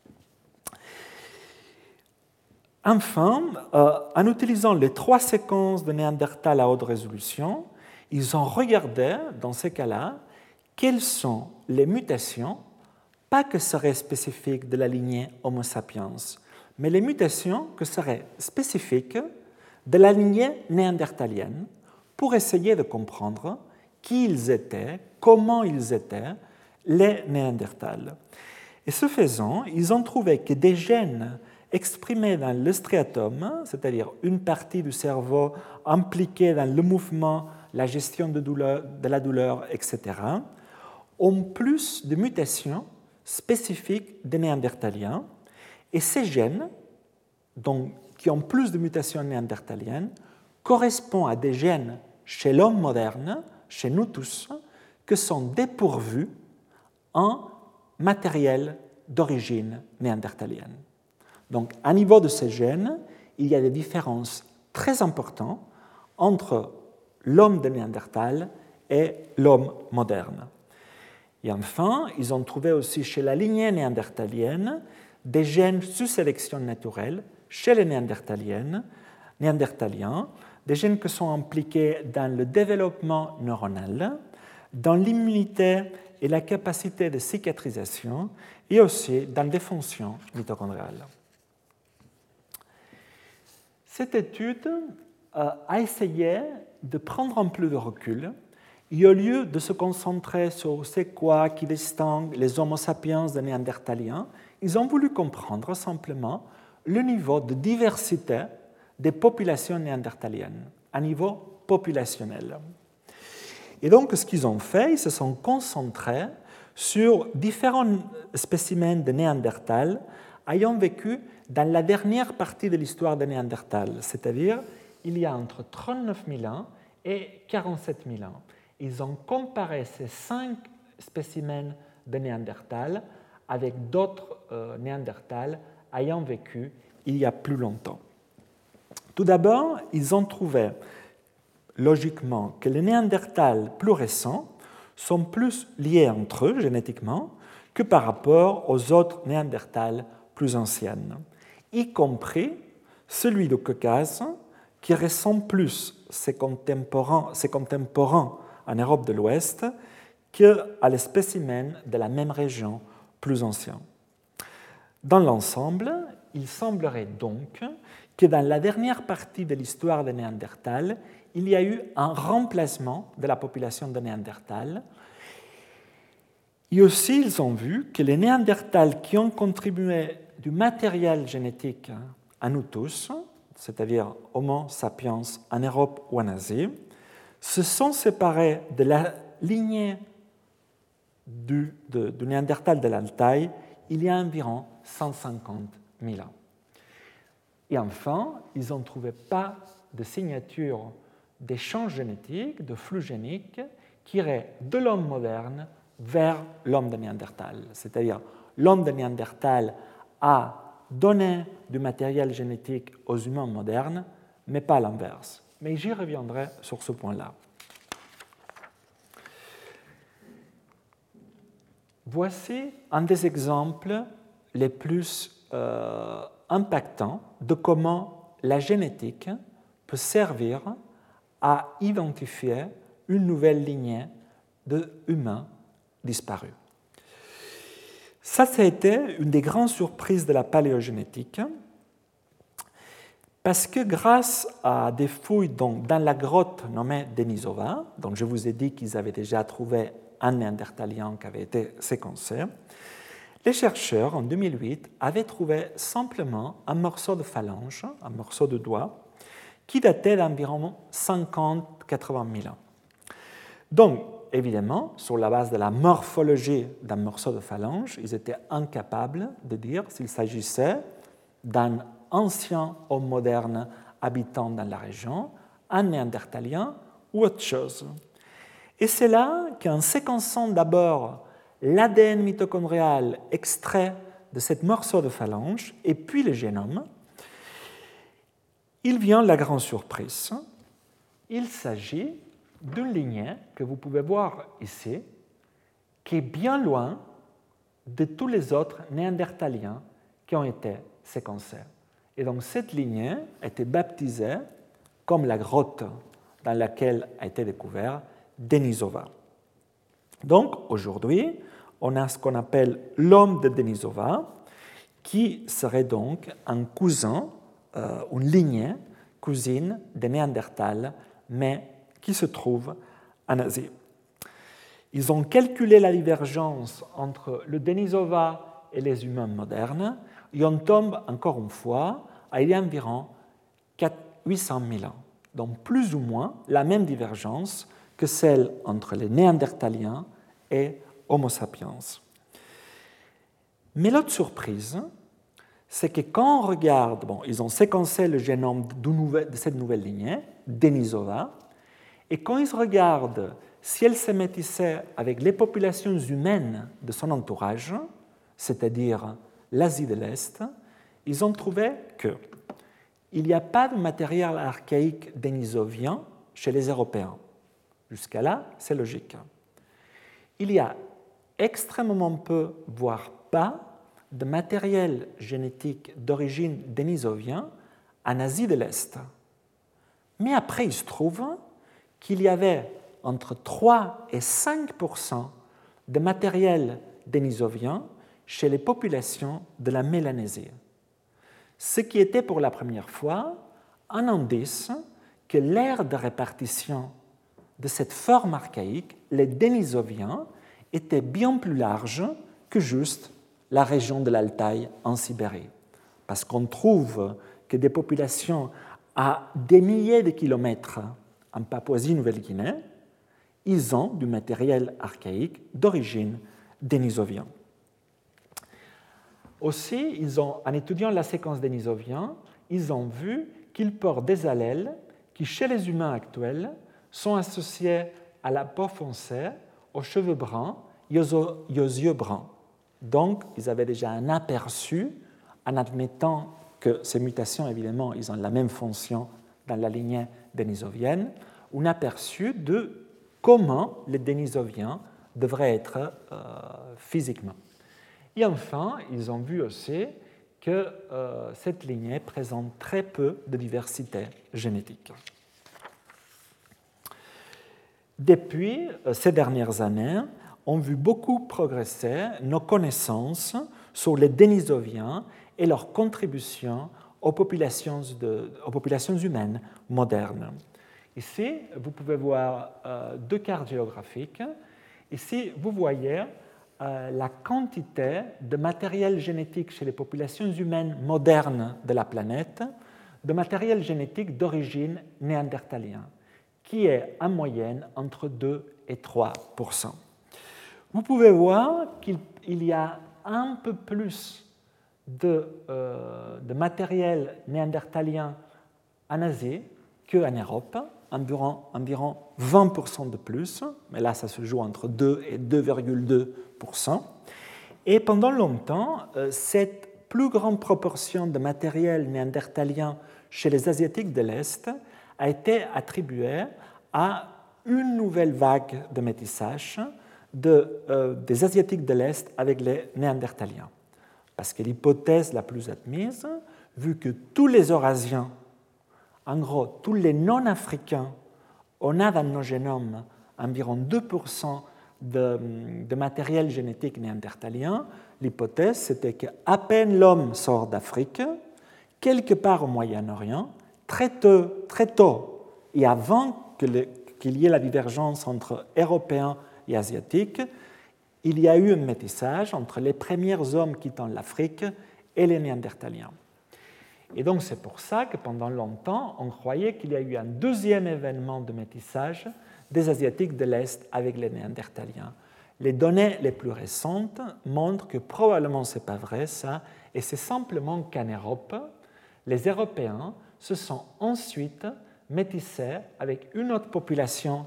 Enfin, euh, en utilisant les trois séquences de Néandertal à haute résolution, ils ont regardé, dans ces cas-là, quelles sont les mutations, pas que seraient spécifiques de la lignée Homo sapiens, mais les mutations que seraient spécifiques de la lignée néandertalienne pour essayer de comprendre qui ils étaient, comment ils étaient, les Néandertals. Et ce faisant, ils ont trouvé que des gènes exprimés dans le striatum, c'est-à-dire une partie du cerveau impliquée dans le mouvement, la gestion de, douleur, de la douleur, et cetera, ont plus de mutations spécifiques des Néandertaliens, Et ces gènes, donc, qui ont plus de mutations néandertaliennes, correspondent à des gènes chez l'homme moderne, chez nous tous, qui sont dépourvus en matériel d'origine néandertalienne. Donc, à niveau de ces gènes, il y a des différences très importantes entre l'homme de Néandertal et l'homme moderne. Et enfin, ils ont trouvé aussi chez la lignée néandertalienne des gènes sous sélection naturelle chez les néandertaliennes, néandertaliens, des gènes qui sont impliqués dans le développement neuronal, dans l'immunité et la capacité de cicatrisation, et aussi dans des fonctions mitochondriales. Cette étude a essayé de prendre un peu de recul et au lieu de se concentrer sur c'est quoi qui distingue les Homo sapiens des Néandertaliens, ils ont voulu comprendre simplement le niveau de diversité des populations néandertaliennes, à niveau populationnel. Et donc, ce qu'ils ont fait, ils se sont concentrés sur différents spécimens de Néandertal ayant vécu dans la dernière partie de l'histoire de Néandertal, c'est-à-dire il y a entre trente-neuf mille ans et quarante-sept mille ans. Ils ont comparé ces cinq spécimens de Néandertal avec d'autres euh, Néandertal ayant vécu il y a plus longtemps. Tout d'abord, ils ont trouvé logiquement que les Néandertals plus récents sont plus liés entre eux génétiquement que par rapport aux autres Néandertals plus anciennes, y compris celui du Caucase qui ressemble plus ses contemporains, ses contemporains en Europe de l'Ouest qu'à les spécimens de la même région plus anciens. Dans l'ensemble, il semblerait donc que dans la dernière partie de l'histoire des Néandertal, il y a eu un remplacement de la population de Néandertal. Et aussi, ils ont vu que les Néandertals qui ont contribué du matériel génétique à nous tous, c'est-à-dire Homo sapiens en Europe ou en Asie, se sont séparés de la lignée du, de, du Néandertal de l'Altaï il y a environ cent cinquante mille ans. Et enfin, ils n'ont trouvé pas de signature d'échange génétique, de flux génique, qui irait de l'homme moderne vers l'homme de Néandertal. C'est-à-dire, l'homme de Néandertal a donné du matériel génétique aux humains modernes, mais pas l'inverse. Mais j'y reviendrai sur ce point-là. Voici un des exemples les plus euh, impactants de comment la génétique peut servir à identifier une nouvelle lignée d'humains disparus. Ça, ça a été une des grandes surprises de la paléogénétique, parce que grâce à des fouilles dans, dans la grotte nommée Denisova, dont je vous ai dit qu'ils avaient déjà trouvé un néandertalien qui avait été séquencé, les chercheurs, en deux mille huit, avaient trouvé simplement un morceau de phalange, un morceau de doigt, qui datait d'environ cinquante à quatre-vingt mille ans. Donc, évidemment, sur la base de la morphologie d'un morceau de phalange, ils étaient incapables de dire s'il s'agissait d'un ancien homme moderne habitant dans la région, un néandertalien ou autre chose. Et c'est là qu'en séquençant d'abord l'A D N mitochondrial extrait de ce morceau de phalange et puis le génome, il vient la grande surprise. Il s'agit d'une lignée que vous pouvez voir ici, qui est bien loin de tous les autres néandertaliens qui ont été séquencés. Et donc cette lignée a été baptisée comme la grotte dans laquelle a été découvert Denisova. Donc aujourd'hui, on a ce qu'on appelle l'homme de Denisova, qui serait donc un cousin, euh, une lignée cousine des Néandertals, mais qui se trouve en Asie. Ils ont calculé la divergence entre le Denisova et les humains modernes, et on tombe encore une fois à il y a environ huit cent mille ans. Donc plus ou moins la même divergence que celle entre les Néandertaliens et Homo sapiens. Mais l'autre surprise, c'est que quand on regarde, bon, ils ont séquencé le génome de cette nouvelle lignée, Denisova, et quand ils regardent si elle se métissait avec les populations humaines de son entourage, c'est-à-dire l'Asie de l'Est, ils ont trouvé qu'il n'y a pas de matériel archaïque dénisovien chez les Européens. Jusqu'à là, c'est logique. Il y a extrêmement peu, voire pas, de matériel génétique d'origine dénisovien en Asie de l'Est. Mais après, il se trouve qu'il y avait entre trois et cinq pour cent de matériel dénisovien chez les populations de la Mélanésie. Ce qui était pour la première fois un indice que l'aire de répartition de cette forme archaïque, les Denisoviens, était bien plus large que juste la région de l'Altaï en Sibérie. Parce qu'on trouve que des populations à des milliers de kilomètres en Papouasie-Nouvelle-Guinée, ils ont du matériel archaïque d'origine dénisovien. Aussi, ils ont, en étudiant la séquence dénisovien, ils ont vu qu'ils portent des allèles qui, chez les humains actuels, sont associés à la peau foncée, aux cheveux bruns et aux, et aux yeux bruns. Donc, ils avaient déjà un aperçu, en admettant que ces mutations, évidemment, ils ont la même fonction dans la lignée dénisovienne, un aperçu de comment les dénisoviens devraient être euh, physiquement. Et enfin, ils ont vu aussi que euh, cette lignée présente très peu de diversité génétique. Depuis ces dernières années, on a vu beaucoup progresser nos connaissances sur les Denisoviens et leur contribution aux populations, de, aux populations humaines modernes. Ici, vous pouvez voir euh, deux cartes géographiques. Ici, vous voyez euh, la quantité de matériel génétique chez les populations humaines modernes de la planète, de matériel génétique d'origine néandertalien, qui est en moyenne entre deux et trois pour cent. Vous pouvez voir qu'il y a un peu plus de, euh, de matériel néandertalien en Asie qu'en Europe, environ, environ vingt pour cent de plus, mais là ça se joue entre deux et deux virgule deux pour cent. Et pendant longtemps, euh, cette plus grande proportion de matériel néandertalien chez les Asiatiques de l'Est a été attribuée à une nouvelle vague de métissage de, euh, des Asiatiques de l'Est avec les Néandertaliens. Parce que l'hypothèse la plus admise, vu que tous les Eurasiens, en gros tous les non-africains, on a dans nos génomes environ deux pour cent de, de matériel génétique néandertalien, l'hypothèse c'était qu'à peine l'homme sort d'Afrique, quelque part au Moyen-Orient, très tôt, très tôt et avant que le, qu'il y ait la divergence entre Européens et Asiatiques, il y a eu un métissage entre les premiers hommes quittant l'Afrique et les Néandertaliens. Et donc c'est pour ça que pendant longtemps, on croyait qu'il y a eu un deuxième événement de métissage des Asiatiques de l'Est avec les Néandertaliens. Les données les plus récentes montrent que probablement ce n'est pas vrai ça, et c'est simplement qu'en Europe, les Européens se sont ensuite métissés avec une autre population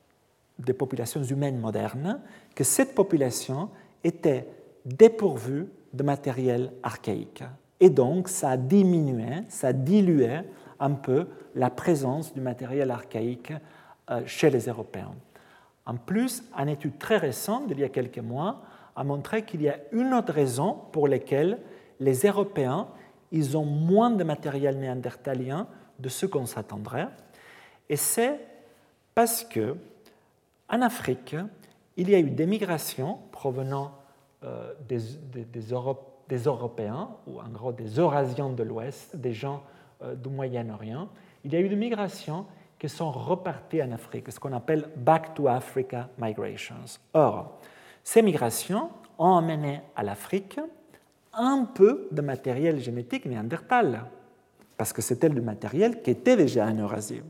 des populations humaines modernes, que cette population était dépourvue de matériel archaïque. Et donc, ça a diminué, ça a dilué un peu la présence du matériel archaïque chez les Européens. En plus, une étude très récente, d'il y a quelques mois, a montré qu'il y a une autre raison pour laquelle les Européens ils ont moins de matériel néandertalien de ce qu'on s'attendrait. Et c'est parce que en Afrique, il y a eu des migrations provenant euh, des, des, des, Europe, des Européens, ou en gros des Eurasiens de l'Ouest, des gens euh, du Moyen-Orient. Il y a eu des migrations qui sont reparties en Afrique, ce qu'on appelle « Back to Africa Migrations ». Or, ces migrations ont amené à l'Afrique un peu de matériel génétique néandertal, parce que c'était du matériel qui était déjà en Eurasie.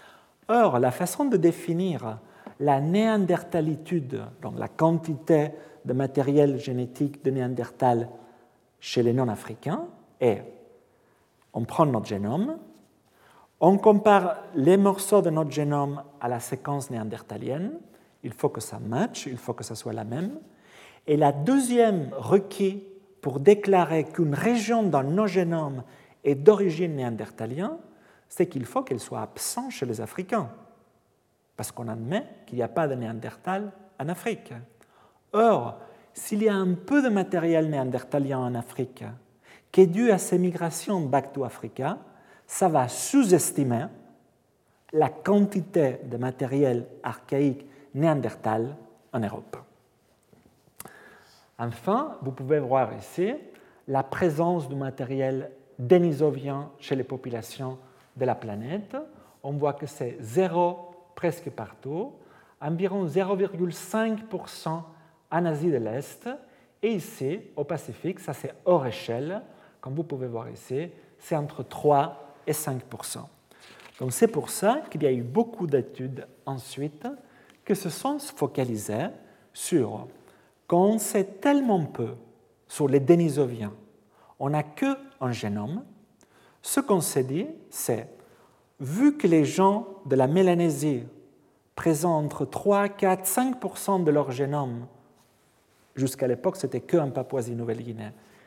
Or, la façon de définir la néandertalitude, donc la quantité de matériel génétique de Néandertal chez les non-africains, est, on prend notre génome, on compare les morceaux de notre génome à la séquence néandertalienne, il faut que ça matche, il faut que ça soit la même. Et la deuxième requis pour déclarer qu'une région dans nos génomes est d'origine néandertalienne, c'est qu'il faut qu'elle soit absente chez les Africains, parce qu'on admet qu'il n'y a pas de Néandertal en Afrique. Or, s'il y a un peu de matériel néandertalien en Afrique qui est dû à ces migrations back to Africa, ça va sous-estimer la quantité de matériel archaïque néandertal en Europe. Enfin, vous pouvez voir ici la présence du matériel dénisovien chez les populations de la planète. On voit que c'est zéro presque partout, environ zéro virgule cinq pour cent en Asie de l'Est, et ici, au Pacifique, ça c'est hors échelle, comme vous pouvez voir ici, c'est entre trois et cinq pour cent. Donc c'est pour ça qu'il y a eu beaucoup d'études ensuite qui se sont focalisées sur, quand on sait tellement peu sur les Denisoviens, on n'a qu'un génome, ce qu'on s'est dit, c'est, vu que les gens de la Mélanésie présentent entre trois, quatre, cinq pour cent de leur génome, jusqu'à l'époque c'était qu'en Papouasie-Nouvelle-Guinée,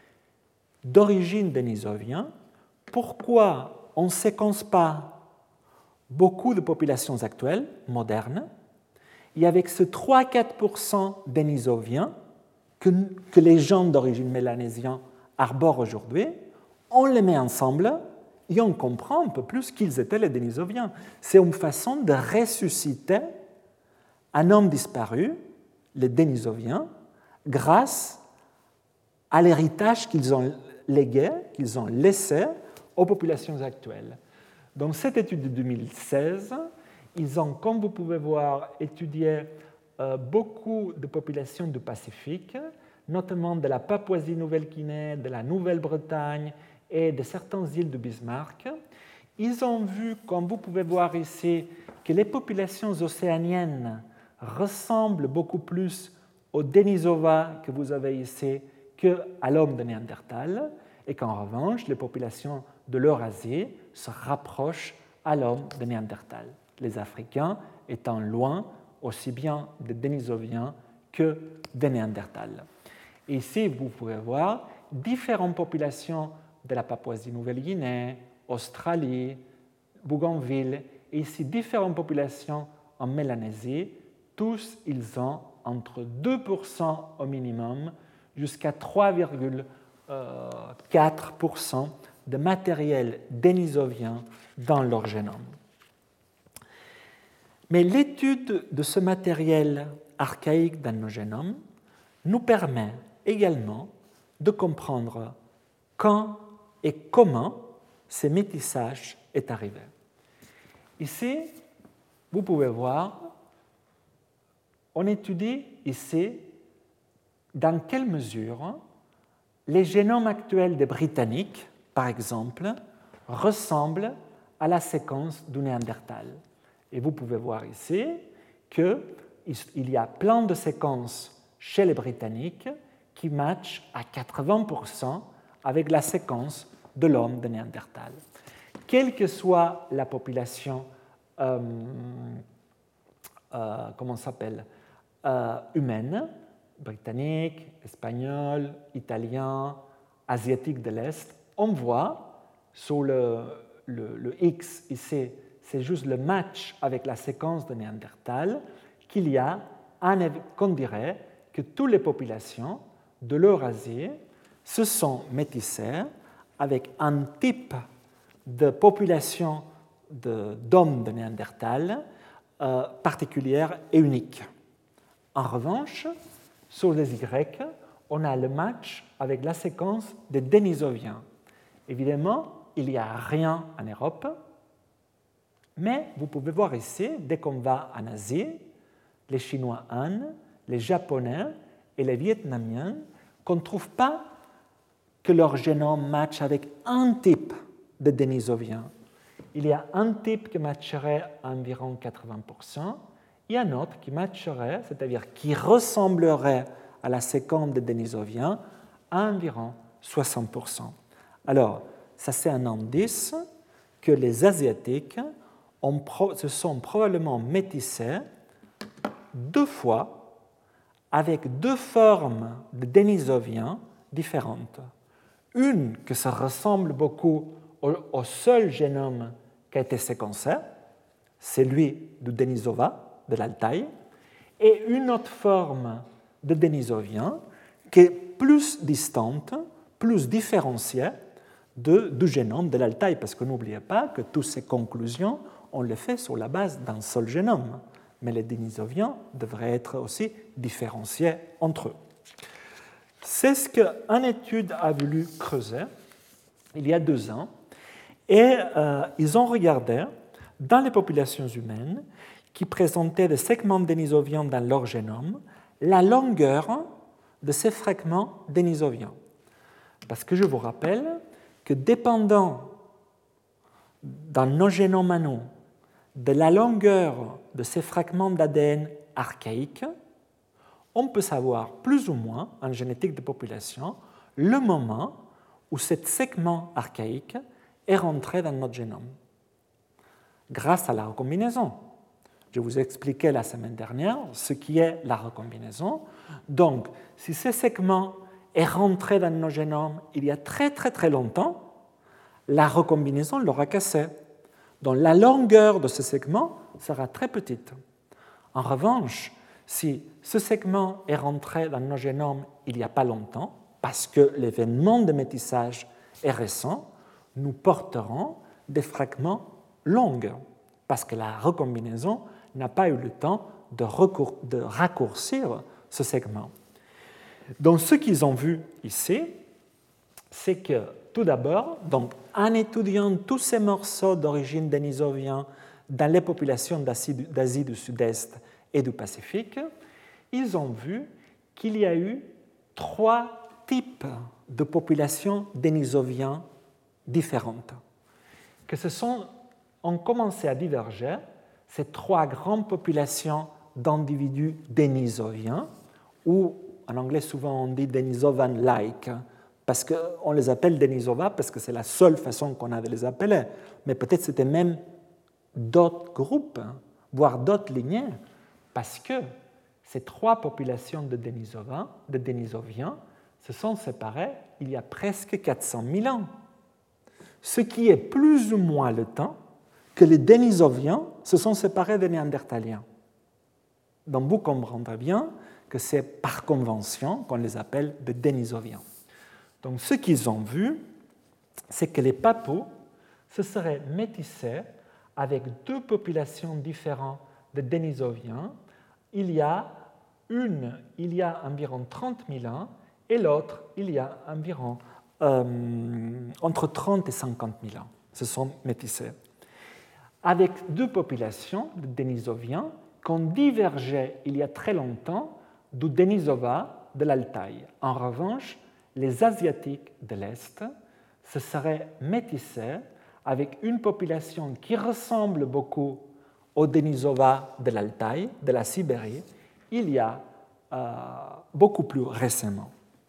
d'origine dénisovien, pourquoi on ne séquence pas beaucoup de populations actuelles, modernes, et avec ce trois à quatre pour cent dénisoviens que, que les gens d'origine mélanésienne arborent aujourd'hui, on les met ensemble et on comprend un peu plus qu'ils étaient les Denisoviens. C'est une façon de ressusciter un homme disparu, les Denisoviens, grâce à l'héritage qu'ils ont légué, qu'ils ont laissé aux populations actuelles. Dans cette étude de deux mille seize, ils ont, comme vous pouvez voir, étudié euh, beaucoup de populations du Pacifique, notamment de la Papouasie-Nouvelle-Guinée, de la Nouvelle-Bretagne et de certaines îles de Bismarck. Ils ont vu, comme vous pouvez voir ici, que les populations océaniennes ressemblent beaucoup plus aux Denisova que vous avez ici qu'à l'homme de Néandertal, et qu'en revanche, les populations de l'Eurasie se rapprochent à l'homme de Néandertal, les Africains étant loin aussi bien des Denisoviens que des Néandertals. Et ici, vous pouvez voir différentes populations de la Papouasie-Nouvelle-Guinée, Australie, Bougainville, et ici différentes populations en Mélanésie. Tous, ils ont entre deux pour cent au minimum jusqu'à trois virgule quatre pour cent de matériel dénisovien dans leur génome. Mais l'étude de ce matériel archaïque dans nos génomes nous permet également de comprendre quand et comment ce métissage est arrivé. Ici, vous pouvez voir, on étudie ici dans quelle mesure les génomes actuels des Britanniques, par exemple, ressemblent à la séquence du Néandertal. Et vous pouvez voir ici qu'il y a plein de séquences chez les Britanniques qui matchent à quatre-vingts pour cent avec la séquence de l'homme de Néandertal. Quelle que soit la population euh, euh, comment ça s'appelle, euh, humaine, britannique, espagnol, italien, asiatique de l'Est, on voit sur le, le, le X ici, c'est juste le match avec la séquence de Néandertal, qu'il y a, un, qu'on dirait que toutes les populations de l'Eurasie se sont métissées avec un type de population de, d'hommes de Néandertal euh, particulière et unique. En revanche, sur les Y, on a le match avec la séquence des Denisoviens. Évidemment, il n'y a rien en Europe, mais vous pouvez voir ici, dès qu'on va en Asie, les Chinois Han, les Japonais et les Vietnamiens, qu'on ne trouve pas que leur génome matche avec un type de Denisovien. Il y a un type qui matcherait à environ quatre-vingts pour cent, et un autre qui matcherait, c'est-à-dire qui ressemblerait à la séquence de Denisoviens, à environ soixante pour cent. Alors, ça c'est un indice que les Asiatiques ont pro- se sont probablement métissés deux fois avec deux formes de Denisoviens différentes. Une qui se ressemble beaucoup au, au seul génome qui a été séquencé, celui du Denisova, de l'Altaï, et une autre forme de Denisovien qui est plus distante, plus différenciée de, du génome de l'Altaï, parce que n'oubliez pas que toutes ces conclusions, on les fait sur la base d'un seul génome, mais les Denisoviens devraient être aussi différenciés entre eux. C'est ce qu'une étude a voulu creuser il y a deux ans, et euh, ils ont regardé dans les populations humaines qui présentaient des segments denisoviens dans leur génome, la longueur de ces fragments denisoviens. Parce que je vous rappelle que dépendant dans nos génomes à nous de la longueur de ces fragments d'A D N archaïques, on peut savoir plus ou moins, en génétique de population, le moment où ce segment archaïque est rentré dans notre génome, grâce à la recombinaison. Je vous ai expliqué la semaine dernière ce qui est la recombinaison. Donc, si ce segment est rentré dans nos génomes il y a très très très longtemps, la recombinaison l'aura cassé. Donc, la longueur de ce segment sera très petite. En revanche, si ce segment est rentré dans nos génomes il n'y a pas longtemps, parce que l'événement de métissage est récent, nous porterons des fragments longs, parce que la recombinaison n'a pas eu le temps de, recour- de raccourcir ce segment. Donc, ce qu'ils ont vu ici, c'est que, tout d'abord, donc, en étudiant tous ces morceaux d'origine denisovien dans les populations d'Asie, d'Asie du Sud-Est et du Pacifique, ils ont vu qu'il y a eu trois types de populations denisoviennes différentes, que se sont, ont commencé à diverger ces trois grandes populations d'individus denisoviens, ou en anglais souvent on dit Denisovan-like, parce qu'on les appelle Denisova parce que c'est la seule façon qu'on a de les appeler, mais peut-être c'était même d'autres groupes, voire d'autres lignées, parce que ces trois populations de Denisova, de Denisoviens se sont séparées il y a presque quatre cent mille ans, ce qui est plus ou moins le temps que les Denisoviens se sont séparés des Néandertaliens. Donc vous comprendrez bien que c'est par convention qu'on les appelle des Denisoviens. Donc ce qu'ils ont vu, c'est que les papous se seraient métissés avec deux populations différentes de Denisoviens. Il y a une, il y a environ trente mille ans, et l'autre, il y a environ euh, entre trente et cinquante mille ans, se sont métissés. Avec deux populations de Denisoviens qui ont divergé il y a très longtemps du Denisova de l'Altaï. En revanche, les Asiatiques de l'Est se seraient métissés avec une population qui ressemble beaucoup au Denisova de l'Altaï, de la Sibérie, il y a euh, beaucoup plus récemment.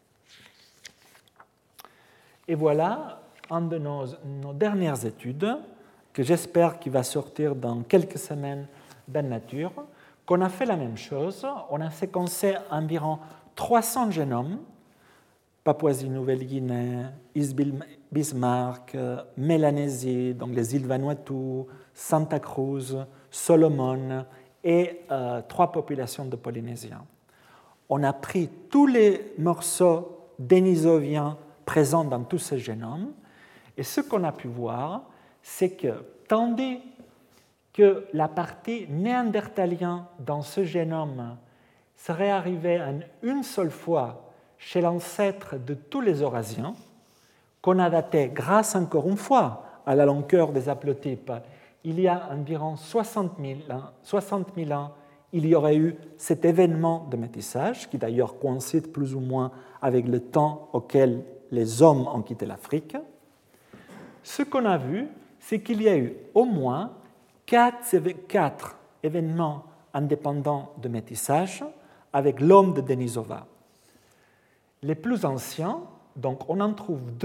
Et voilà une de nos, nos dernières études, que j'espère qu'il va sortir dans quelques semaines dans Nature, qu'on a fait la même chose. On a séquencé environ trois cents génomes, Papouasie-Nouvelle-Guinée, Bismarck, Mélanésie, donc les îles Vanuatu, Santa Cruz, Solomon et euh, trois populations de Polynésiens. On a pris tous les morceaux denisoviens présents dans tous ces génomes, et ce qu'on a pu voir, c'est que tandis que la partie néandertalienne dans ce génome serait arrivée en une seule fois chez l'ancêtre de tous les Eurasiens, qu'on a daté grâce encore une fois à la longueur des haplotypes, il y a environ soixante mille ans, il y aurait eu cet événement de métissage, qui d'ailleurs coïncide plus ou moins avec le temps auquel les hommes ont quitté l'Afrique. Ce qu'on a vu, c'est qu'il y a eu au moins quatre, quatre événements indépendants de métissage avec l'homme de Denisova. Les plus anciens, donc on en trouve deux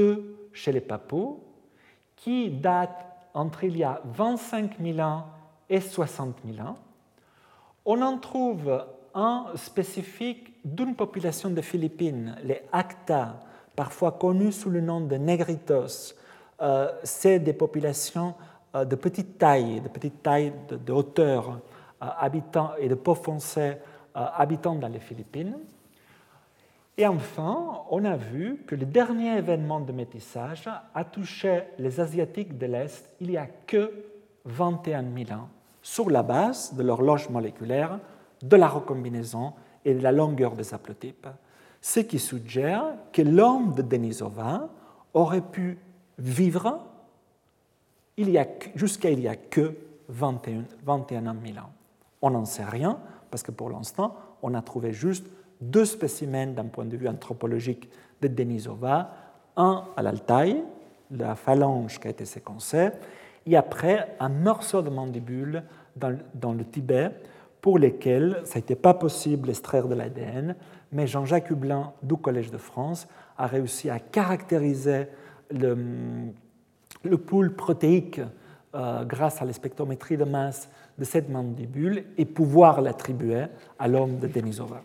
chez les Papous, qui date entre il y a vingt-cinq mille ans et soixante mille ans. On en trouve un spécifique d'une population des Philippines, les Acta, parfois connues sous le nom de Negritos. Euh, c'est des populations euh, de petite taille, de petite taille de, de hauteur, euh, habitant et de peau foncée, euh, habitant dans les Philippines. Et enfin, on a vu que le dernier événement de métissage a touché les Asiatiques de l'Est il n'y a que vingt et un mille ans, sur la base de l'horloge moléculaire, de la recombinaison et de la longueur des haplotypes, ce qui suggère que l'homme de Denisova aurait pu vivre il y a, jusqu'à il n'y a que vingt et un mille ans. On n'en sait rien, parce que pour l'instant, on a trouvé juste deux spécimens d'un point de vue anthropologique de Denisova, un à l'Altaï, la phalange qui a été séquencée, et après un morceau de mandibule dans, dans le Tibet, pour lesquels ça n'était pas possible d'extraire de l'A D N, mais Jean-Jacques Hublin du Collège de France a réussi à caractériser le, le pool protéique euh, grâce à la spectrométrie de masse de cette mandibule et pouvoir l'attribuer à l'homme de Denisova.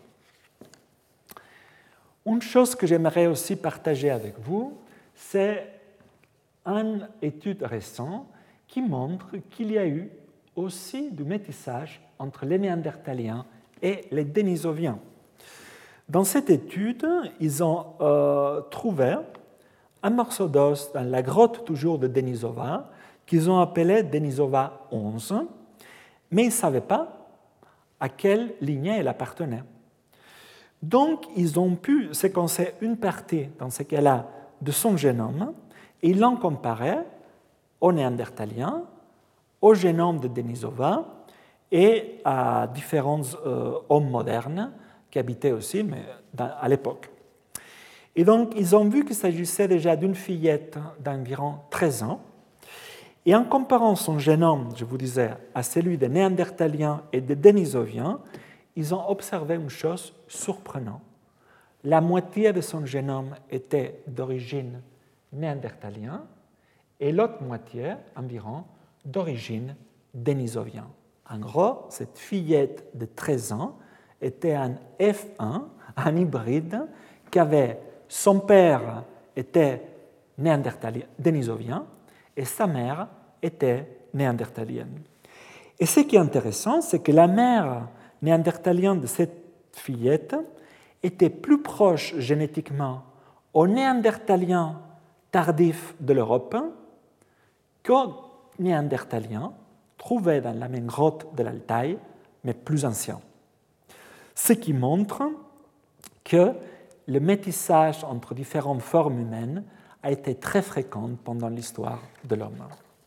Une chose que j'aimerais aussi partager avec vous, c'est une étude récente qui montre qu'il y a eu aussi du métissage entre les Néandertaliens et les Denisoviens. Dans cette étude, ils ont euh, trouvé un morceau d'os dans la grotte toujours de Denisova qu'ils ont appelé Denisova onze, mais ils ne savaient pas à quelle lignée elle appartenait. Donc, ils ont pu séquencer une partie, dans ce cas-là, de son génome, et ils l'ont comparé aux Néandertaliens, au génome de Denisova et à différents euh, hommes modernes qui habitaient aussi, mais dans, à l'époque. Et donc, ils ont vu qu'il s'agissait déjà d'une fillette d'environ treize ans. Et en comparant son génome, je vous disais, à celui des Néandertaliens et des Denisoviens, ils ont observé une chose surprenante. La moitié de son génome était d'origine néandertalienne et l'autre moitié, environ, d'origine denisovienne. En gros, cette fillette de treize ans était un F un, un hybride, qui avait son père était néandertalien, denisovien et sa mère était néandertalienne. Et ce qui est intéressant, c'est que la mère néandertalienne de cette fillette était plus proche génétiquement aux néandertaliens tardifs de l'Europe qu'aux néandertaliens trouvés dans la même grotte de l'Altaï, mais plus anciens. Ce qui montre que le métissage entre différentes formes humaines a été très fréquent pendant l'histoire de l'homme.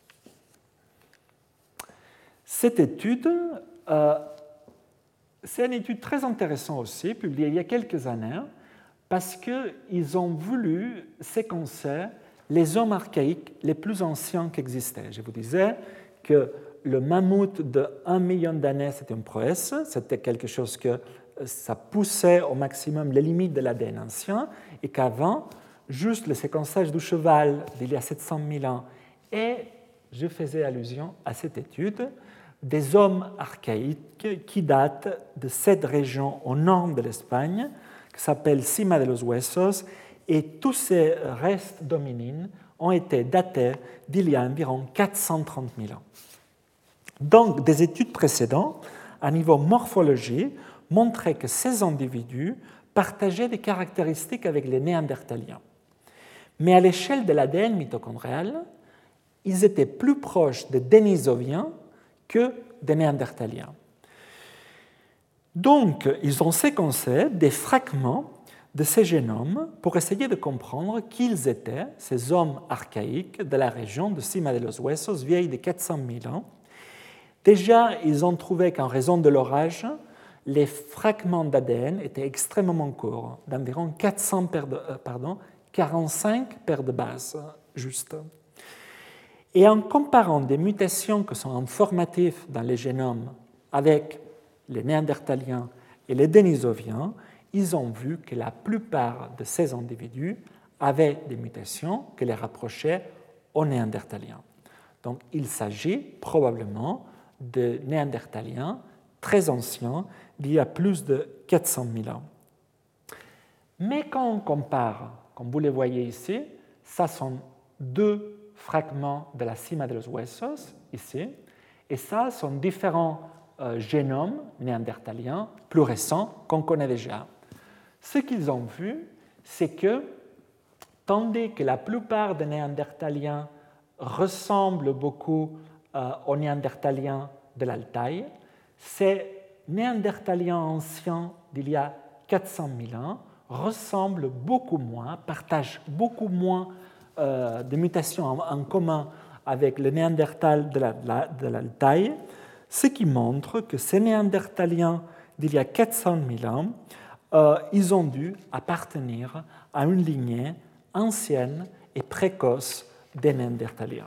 Cette étude, euh, c'est une étude très intéressante aussi, publiée il y a quelques années, parce qu'ils ont voulu séquencer les hommes archaïques les plus anciens qui existaient. Je vous disais que le mammouth de un million d'années, c'était une prouesse, c'était quelque chose que ça poussait au maximum les limites de l'A D N ancien, et qu'avant, juste le séquençage du cheval d'il y a sept cent mille ans, et je faisais allusion à cette étude, des hommes archaïques qui datent de cette région au nord de l'Espagne, qui s'appelle Cima de los Huesos, et tous ces restes d'hominines ont été datés d'il y a environ quatre cent trente mille ans. Donc, des études précédentes, à niveau morphologie, montraient que ces individus partageaient des caractéristiques avec les néandertaliens. Mais à l'échelle de l'A D N mitochondrial, ils étaient plus proches des denisoviens que des néandertaliens. Donc, ils ont séquencé des fragments de ces génomes pour essayer de comprendre qui étaient ces hommes archaïques de la région de Cima de los Huesos, vieille de quatre cent mille ans. Déjà, ils ont trouvé qu'en raison de leur âge, les fragments d'A D N étaient extrêmement courts, d'environ quatre cents paires de, euh, pardon, quarante-cinq paires de bases, juste. Et en comparant des mutations qui sont informatives dans les génomes avec les néandertaliens et les denisoviens, ils ont vu que la plupart de ces individus avaient des mutations qui les rapprochaient aux Néandertaliens. Donc il s'agit probablement de Néandertaliens très anciens, d'il y a plus de quatre cent mille ans. Mais quand on compare, comme vous les voyez ici, ça sont deux fragments de la cima de los huesos, ici, et ça sont différents euh, génomes néandertaliens plus récents qu'on connaît déjà. Ce qu'ils ont vu, c'est que, tandis que la plupart des Néandertaliens ressemblent beaucoup euh, aux Néandertaliens de l'Altaï, ces Néandertaliens anciens d'il y a quatre cent mille ans ressemblent beaucoup moins, partagent beaucoup moins euh, de mutations en, en commun avec le Néandertal de, la, de l'Altaï, ce qui montre que ces Néandertaliens d'il y a quatre cent mille ans, euh, ils ont dû appartenir à une lignée ancienne et précoce des Néandertaliens.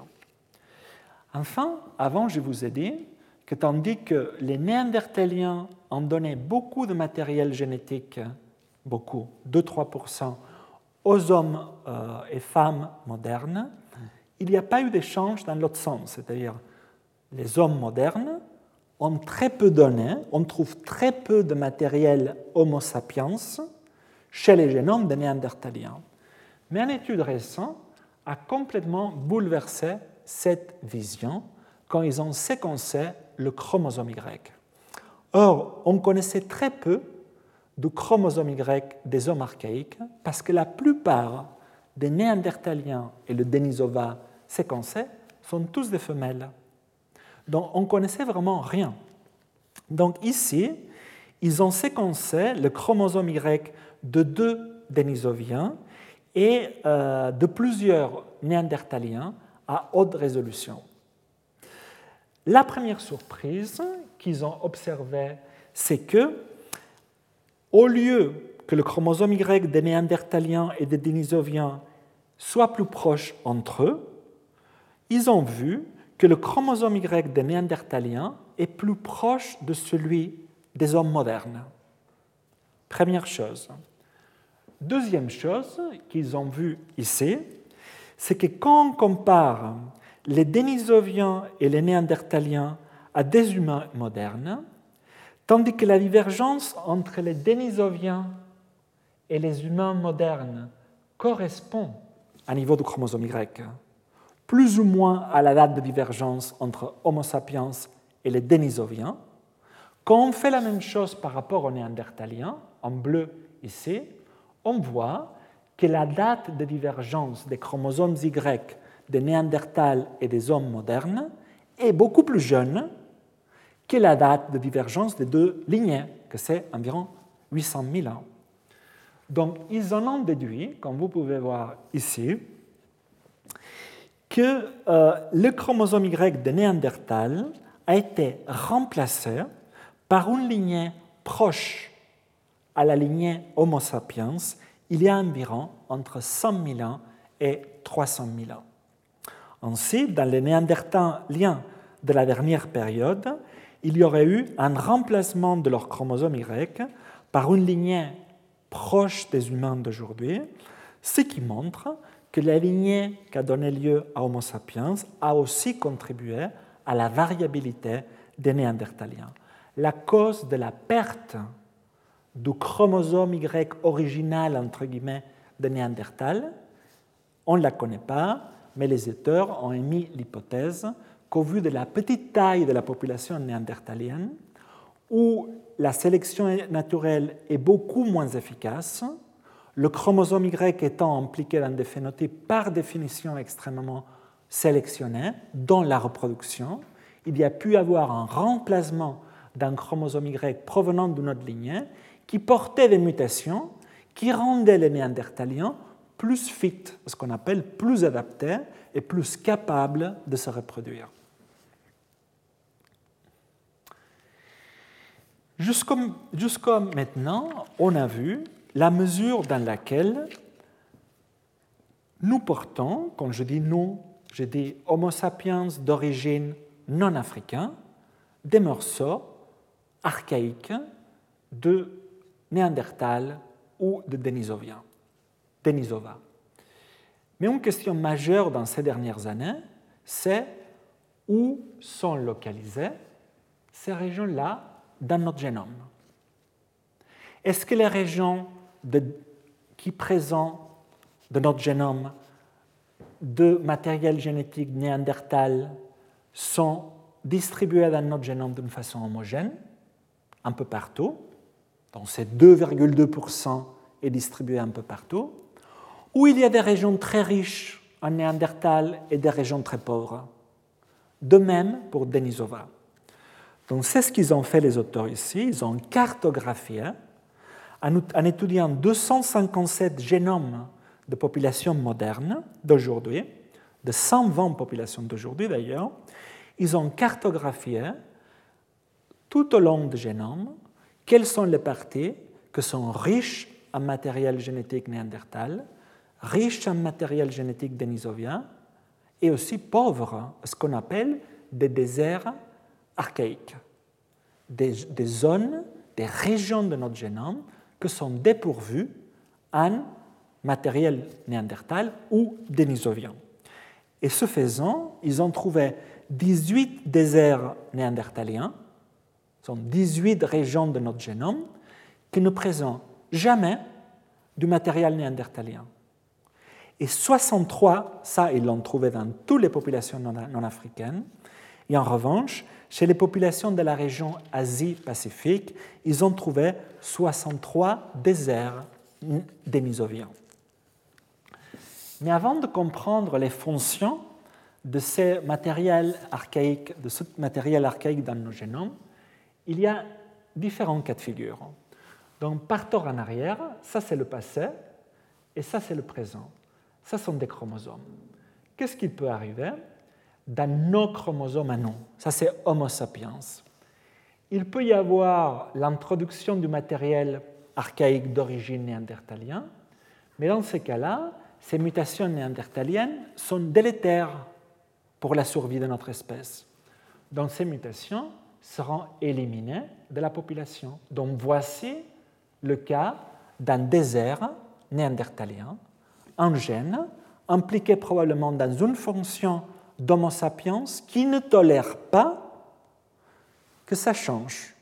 Enfin, avant, je vous ai dit que tandis que les Néandertaliens ont donné beaucoup de matériel génétique, beaucoup, deux à trois pour cent, aux hommes euh, et femmes modernes, il n'y a pas eu d'échange dans l'autre sens, c'est-à-dire les hommes modernes ont très peu donné, on trouve très peu de matériel Homo sapiens chez les génomes des Néandertaliens. Mais une étude récente a complètement bouleversé cette vision quand ils ont séquencé le chromosome Y. Or, on connaissait très peu du chromosome Y des hommes archaïques parce que la plupart des Néandertaliens et le Denisova séquencés sont tous des femelles. Donc, on ne connaissait vraiment rien. Donc, ici, ils ont séquencé le chromosome Y de deux Denisoviens et euh, de plusieurs Néandertaliens à haute résolution. La première surprise qu'ils ont observée, c'est que, au lieu que le chromosome Y des Néandertaliens et des Denisoviens soit plus proche entre eux, ils ont vu que le chromosome Y des Néandertaliens est plus proche de celui des hommes modernes. Première chose. Deuxième chose qu'ils ont vu ici, c'est que quand on compare les Denisoviens et les Néandertaliens à des humains modernes, tandis que la divergence entre les Denisoviens et les humains modernes correspond à niveau du chromosome Y, plus ou moins à la date de divergence entre Homo sapiens et les Denisoviens, quand on fait la même chose par rapport aux Néandertaliens, en bleu ici, on voit que la date de divergence des chromosomes Y des Néandertals et des hommes modernes est beaucoup plus jeune que la date de divergence des deux lignées, que c'est environ huit cent mille ans. Donc, ils en ont déduit, comme vous pouvez voir ici, que euh, le chromosome Y de Néandertal a été remplacé par une lignée proche à la lignée Homo sapiens il y a environ entre cent mille ans et trois cent mille ans. Ainsi, dans les Néandertaliens de la dernière période, il y aurait eu un remplacement de leur chromosome Y par une lignée proche des humains d'aujourd'hui, ce qui montre que la lignée qui a donné lieu à Homo sapiens a aussi contribué à la variabilité des Néandertaliens. La cause de la perte du chromosome Y original, entre guillemets, de Néandertal, on ne la connaît pas, mais les auteurs ont émis l'hypothèse qu'au vu de la petite taille de la population néandertalienne, où la sélection naturelle est beaucoup moins efficace, le chromosome Y étant impliqué dans des phénotypes par définition extrêmement sélectionnés, dont la reproduction, il y a pu avoir un remplacement d'un chromosome Y provenant d'une autre lignée qui portait des mutations qui rendaient les Néandertaliens plus fit, ce qu'on appelle plus adaptés et plus capables de se reproduire. Jusqu'à jusqu'à maintenant, on a vu la mesure dans laquelle nous portons, quand je dis nous, je dis Homo sapiens d'origine non africaine, des morceaux archaïques de Néandertal ou de Denisovien, Denisova. Mais une question majeure dans ces dernières années, c'est où sont localisées ces régions-là dans notre génome. Est-ce que les régions de, qui présentent de notre génome de matériel génétique néandertal sont distribuées dans notre génome d'une façon homogène, un peu partout, donc ces deux virgule deux pour cent est distribué un peu partout, ou il y a des régions très riches en néandertal et des régions très pauvres. De même pour Denisova. Donc c'est ce qu'ils ont fait les auteurs ici, ils ont cartographié, en, en étudiant deux cent cinquante-sept génomes de populations modernes d'aujourd'hui, de cent vingt populations d'aujourd'hui d'ailleurs, ils ont cartographié tout au long du génome quelles sont les parties qui sont riches en matériel génétique néandertal, riches en matériel génétique dénisovien, et aussi pauvres, ce qu'on appelle des déserts archaïques, des, des zones, des régions de notre génome qui sont dépourvues en matériel néandertal ou dénisovien. Et ce faisant, ils ont trouvé dix-huit déserts néandertaliens, ce sont dix-huit régions de notre génome qui ne présentent jamais du matériel néandertalien. Et soixante-trois, ça ils l'ont trouvé dans toutes les populations non africaines, et en revanche, chez les populations de la région Asie-Pacifique, ils ont trouvé soixante-trois déserts dénisoviens. Mais avant de comprendre les fonctions de ces matériels archaïques, de ce matériel archaïque dans nos génomes, il y a différents cas de figure. Donc, partons en arrière, ça c'est le passé, et ça c'est le présent. Ça sont des chromosomes. Qu'est-ce qui peut arriver dans nos chromosomes à nous? Ça c'est Homo sapiens. Il peut y avoir l'introduction du matériel archaïque d'origine néandertalien, mais dans ces cas-là, ces mutations néandertaliennes sont délétères pour la survie de notre espèce. Donc ces mutations seront éliminées de la population. Donc voici le cas d'un désert néandertalien, un gène impliqué probablement dans une fonction d'Homo sapiens qui ne tolère pas que ça change.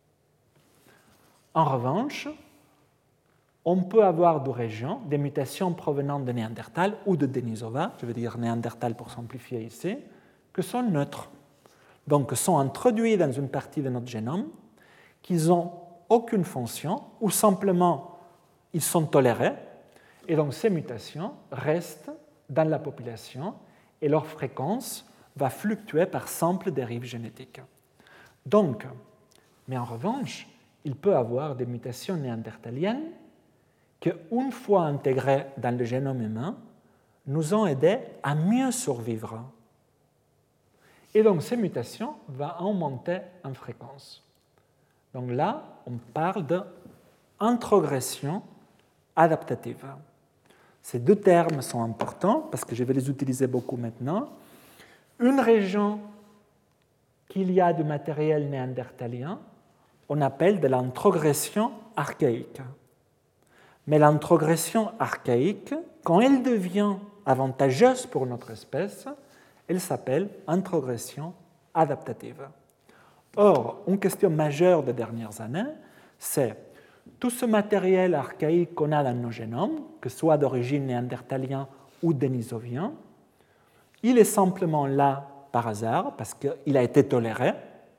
En revanche, on peut avoir des régions, des mutations provenant de Néandertal ou de Denisova, je veux dire Néandertal pour simplifier ici, qui sont neutres. Donc, sont introduits dans une partie de notre génome, qui n'ont aucune fonction, ou simplement ils sont tolérés, et donc ces mutations restent dans la population, et leur fréquence va fluctuer par simple dérive génétique. Donc, mais en revanche, il peut y avoir des mutations néandertaliennes qui, une fois intégrées dans le génome humain, nous ont aidés à mieux survivre. Et donc, ces mutations vont augmenter en fréquence. Donc là, on parle d'introgression adaptative. Ces deux termes sont importants parce que je vais les utiliser beaucoup maintenant. Une région qu'il y a du matériel néandertalien, on appelle de l'introgression archaïque. Mais l'introgression archaïque, quand elle devient avantageuse pour notre espèce, elle s'appelle introgression adaptative. Or, une question majeure des dernières années, c'est tout ce matériel archaïque qu'on a dans nos génomes, que ce soit d'origine néandertalien ou dénisovien, il est simplement là par hasard, parce qu'il a été toléré,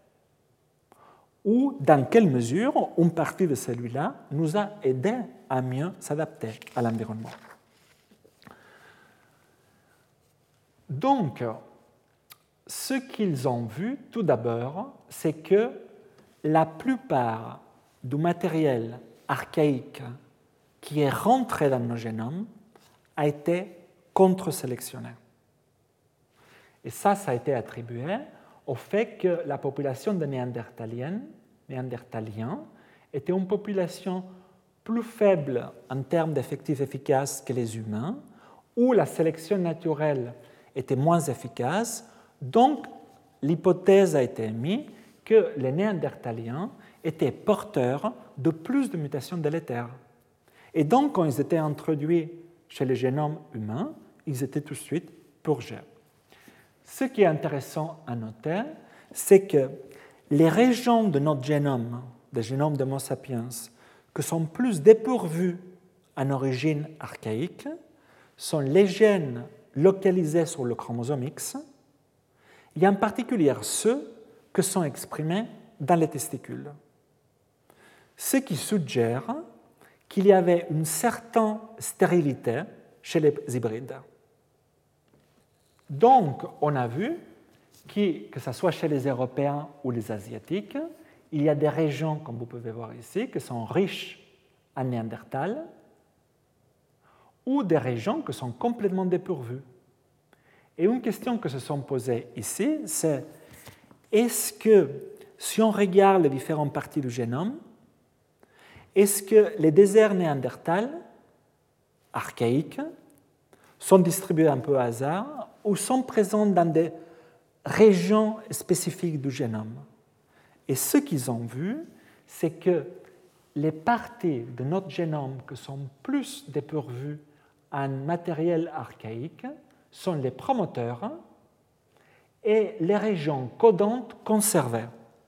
ou dans quelle mesure une partie de celui-là nous a aidé à mieux s'adapter à l'environnement. Donc, ce qu'ils ont vu, tout d'abord, c'est que la plupart du matériel archaïque qui est rentré dans nos génomes a été contre-sélectionné. Et ça, ça a été attribué au fait que la population de Néandertaliens, Néandertaliens était une population plus faible en termes d'effectifs efficaces que les humains, où la sélection naturelle était moins efficace. Donc, l'hypothèse a été émise que les Néandertaliens étaient porteurs de plus de mutations délétères. Et donc, quand ils étaient introduits chez le génome humain, ils étaient tout de suite purgés. Ce qui est intéressant à noter, c'est que les régions de notre génome, des génomes d'Homo sapiens, qui sont plus dépourvues en origine archaïque, sont les gènes localisés sur le chromosome X, et en particulier ceux qui sont exprimés dans les testicules. Ce qui suggère qu'il y avait une certaine stérilité chez les hybrides. Donc, on a vu que, que ce soit chez les Européens ou les Asiatiques, il y a des régions, comme vous pouvez voir ici, qui sont riches en Néandertal, ou des régions qui sont complètement dépourvues. Et une question que se sont posées ici, c'est est-ce que, si on regarde les différentes parties du génome, est-ce que les déserts néandertals, archaïques, sont distribués un peu au hasard ou sont présents dans des régions spécifiques du génome? Et ce qu'ils ont vu, c'est que les parties de notre génome qui sont plus dépourvues en matériel archaïque sont les promoteurs et les régions codantes conservées.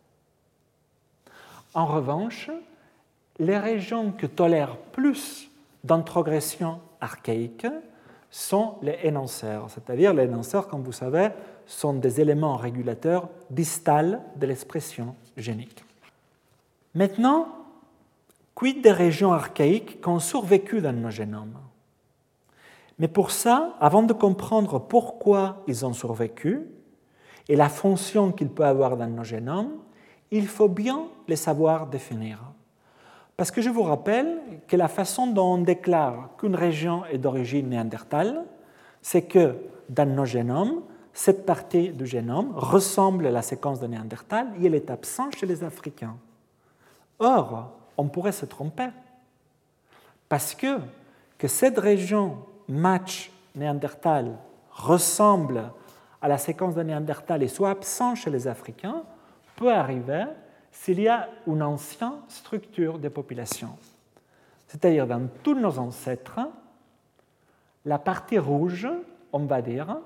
En revanche, les régions qui tolèrent plus d'introgression archaïque sont les énonceurs, c'est-à-dire les énonceurs, comme vous savez, sont des éléments régulateurs distals de l'expression génique. Maintenant, quid des régions archaïques qui ont survécu dans nos génomes? Mais pour ça, avant de comprendre pourquoi ils ont survécu et la fonction qu'ils peuvent avoir dans nos génomes, il faut bien les savoir définir. Parce que je vous rappelle que la façon dont on déclare qu'une région est d'origine néandertale, c'est que dans nos génomes, cette partie du génome ressemble à la séquence de Néandertal et elle est absente chez les Africains. Or, on pourrait se tromper, parce que, que cette région match Néandertal ressemble à la séquence de Néandertal et soit absente chez les Africains peut arriver s'il y a une ancienne structure des populations. C'est-à-dire, dans tous nos ancêtres, la partie rouge, on va dire,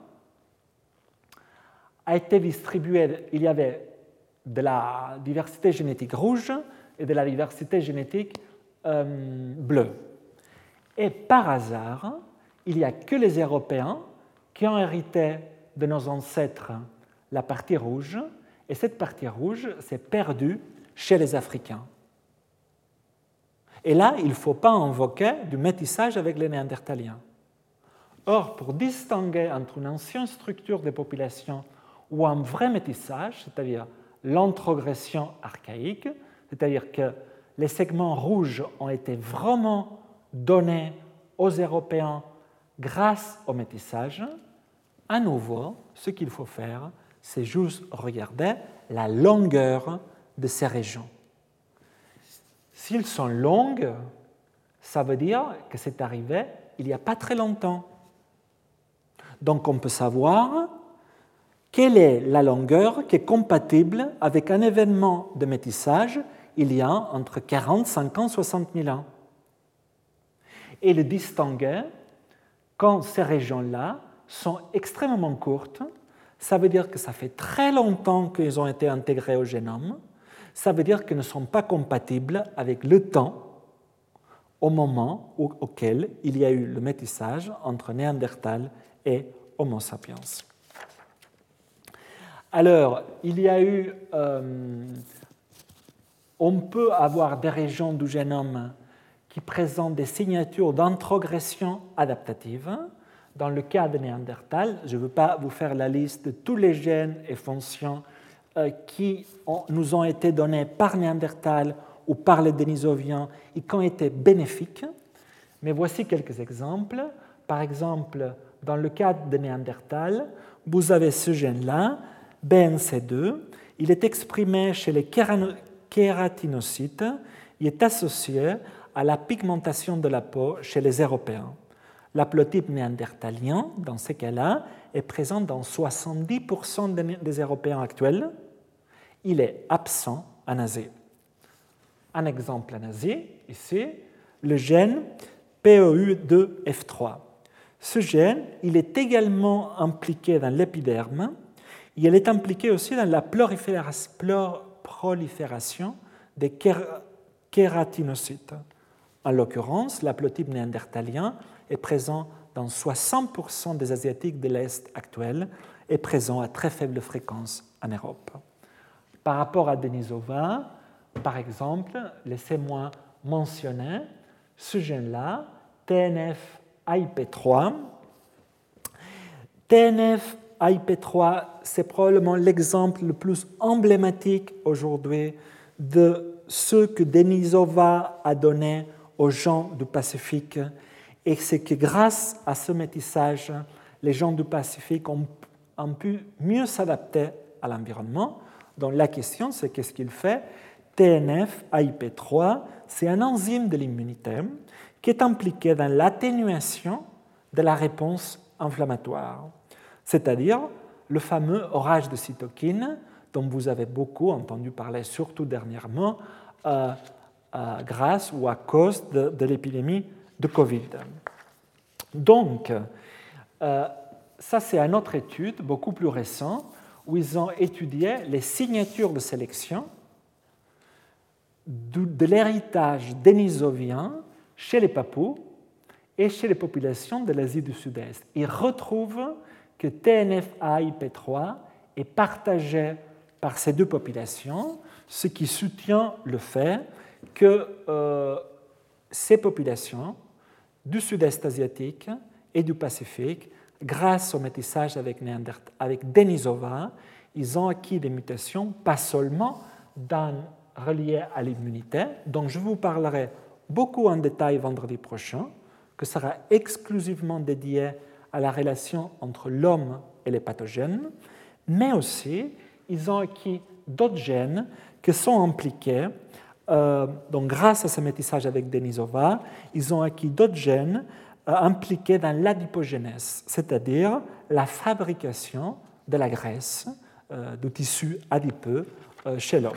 a été distribuée. Il y avait de la diversité génétique rouge et de la diversité génétique euh, bleue. Et par hasard, il n'y a que les Européens qui ont hérité de nos ancêtres la partie rouge, et cette partie rouge s'est perdue chez les Africains. Et là, il ne faut pas invoquer du métissage avec les Néandertaliens. Or, pour distinguer entre une ancienne structure des populations ou un vrai métissage, c'est-à-dire l'introgression archaïque, c'est-à-dire que les segments rouges ont été vraiment donnés aux Européens grâce au métissage, à nouveau, ce qu'il faut faire, c'est juste regarder la longueur de ces régions. S'ils sont longues, ça veut dire que c'est arrivé il n'y a pas très longtemps. Donc on peut savoir quelle est la longueur qui est compatible avec un événement de métissage il y a entre quarante, cinquante, soixante mille ans. Et le distinguer quand ces régions-là sont extrêmement courtes. Ça veut dire que ça fait très longtemps qu'ils ont été intégrés au génome. Ça veut dire qu'ils ne sont pas compatibles avec le temps au moment auquel il y a eu le métissage entre Néandertal et Homo sapiens. Alors, il y a eu... Euh, on peut avoir des régions du génome qui présentent des signatures d'introgression adaptative. Dans le cas de Néandertal, je ne veux pas vous faire la liste de tous les gènes et fonctions euh, qui ont, nous ont été donnés par Néandertal ou par les Denisoviens et qui ont été bénéfiques, mais voici quelques exemples. Par exemple, dans le cas de Néandertal, vous avez ce gène-là, B N C deux, il est exprimé chez les kératinocytes, il est associé à la pigmentation de la peau chez les Européens. L'haplotype néandertalien, dans ces cas-là, est présent dans soixante-dix pour cent des Européens actuels. Il est absent en Asie. Un exemple en Asie, ici, le gène P O U deux F trois. Ce gène, il est également impliqué dans l'épiderme et il est impliqué aussi dans la prolifération des kératinocytes. En l'occurrence, l'haplotype néandertalien est présent dans soixante pour cent des Asiatiques de l'Est actuels et présent à très faible fréquence en Europe. Par rapport à Denisova, par exemple, laissez-moi mentionner ce gène-là, T N F A I P trois. T N F A I P trois, c'est probablement l'exemple le plus emblématique aujourd'hui de ce que Denisova a donné aux gens du Pacifique, et c'est que grâce à ce métissage, les gens du Pacifique ont, ont pu mieux s'adapter à l'environnement. Donc la question, c'est qu'est-ce qu'il fait? T N F A I P trois, c'est un enzyme de l'immunité qui est impliqué dans l'atténuation de la réponse inflammatoire, c'est-à-dire le fameux orage de cytokines dont vous avez beaucoup entendu parler, surtout dernièrement, euh, euh, grâce ou à cause de, de l'épidémie de Covid. Donc, euh, ça c'est une autre étude, beaucoup plus récente, où ils ont étudié les signatures de sélection de l'héritage dénisovien chez les Papous et chez les populations de l'Asie du Sud-Est. Ils retrouvent que T N F A I P trois est partagé par ces deux populations, ce qui soutient le fait que euh, ces populations du Sud-Est asiatique et du Pacifique, grâce au métissage avec, Néandert- avec Denisova, ils ont acquis des mutations, pas seulement dans, reliées à l'immunité, dont je vous parlerai beaucoup en détail vendredi prochain, que sera exclusivement dédié à la relation entre l'homme et les pathogènes, mais aussi ils ont acquis d'autres gènes qui sont impliqués. Euh, donc, grâce à ce métissage avec Denisova, ils ont acquis d'autres gènes euh, impliqués dans l'adipogénèse, c'est-à-dire la fabrication de la graisse, euh, du tissu adipeux euh, chez l'homme.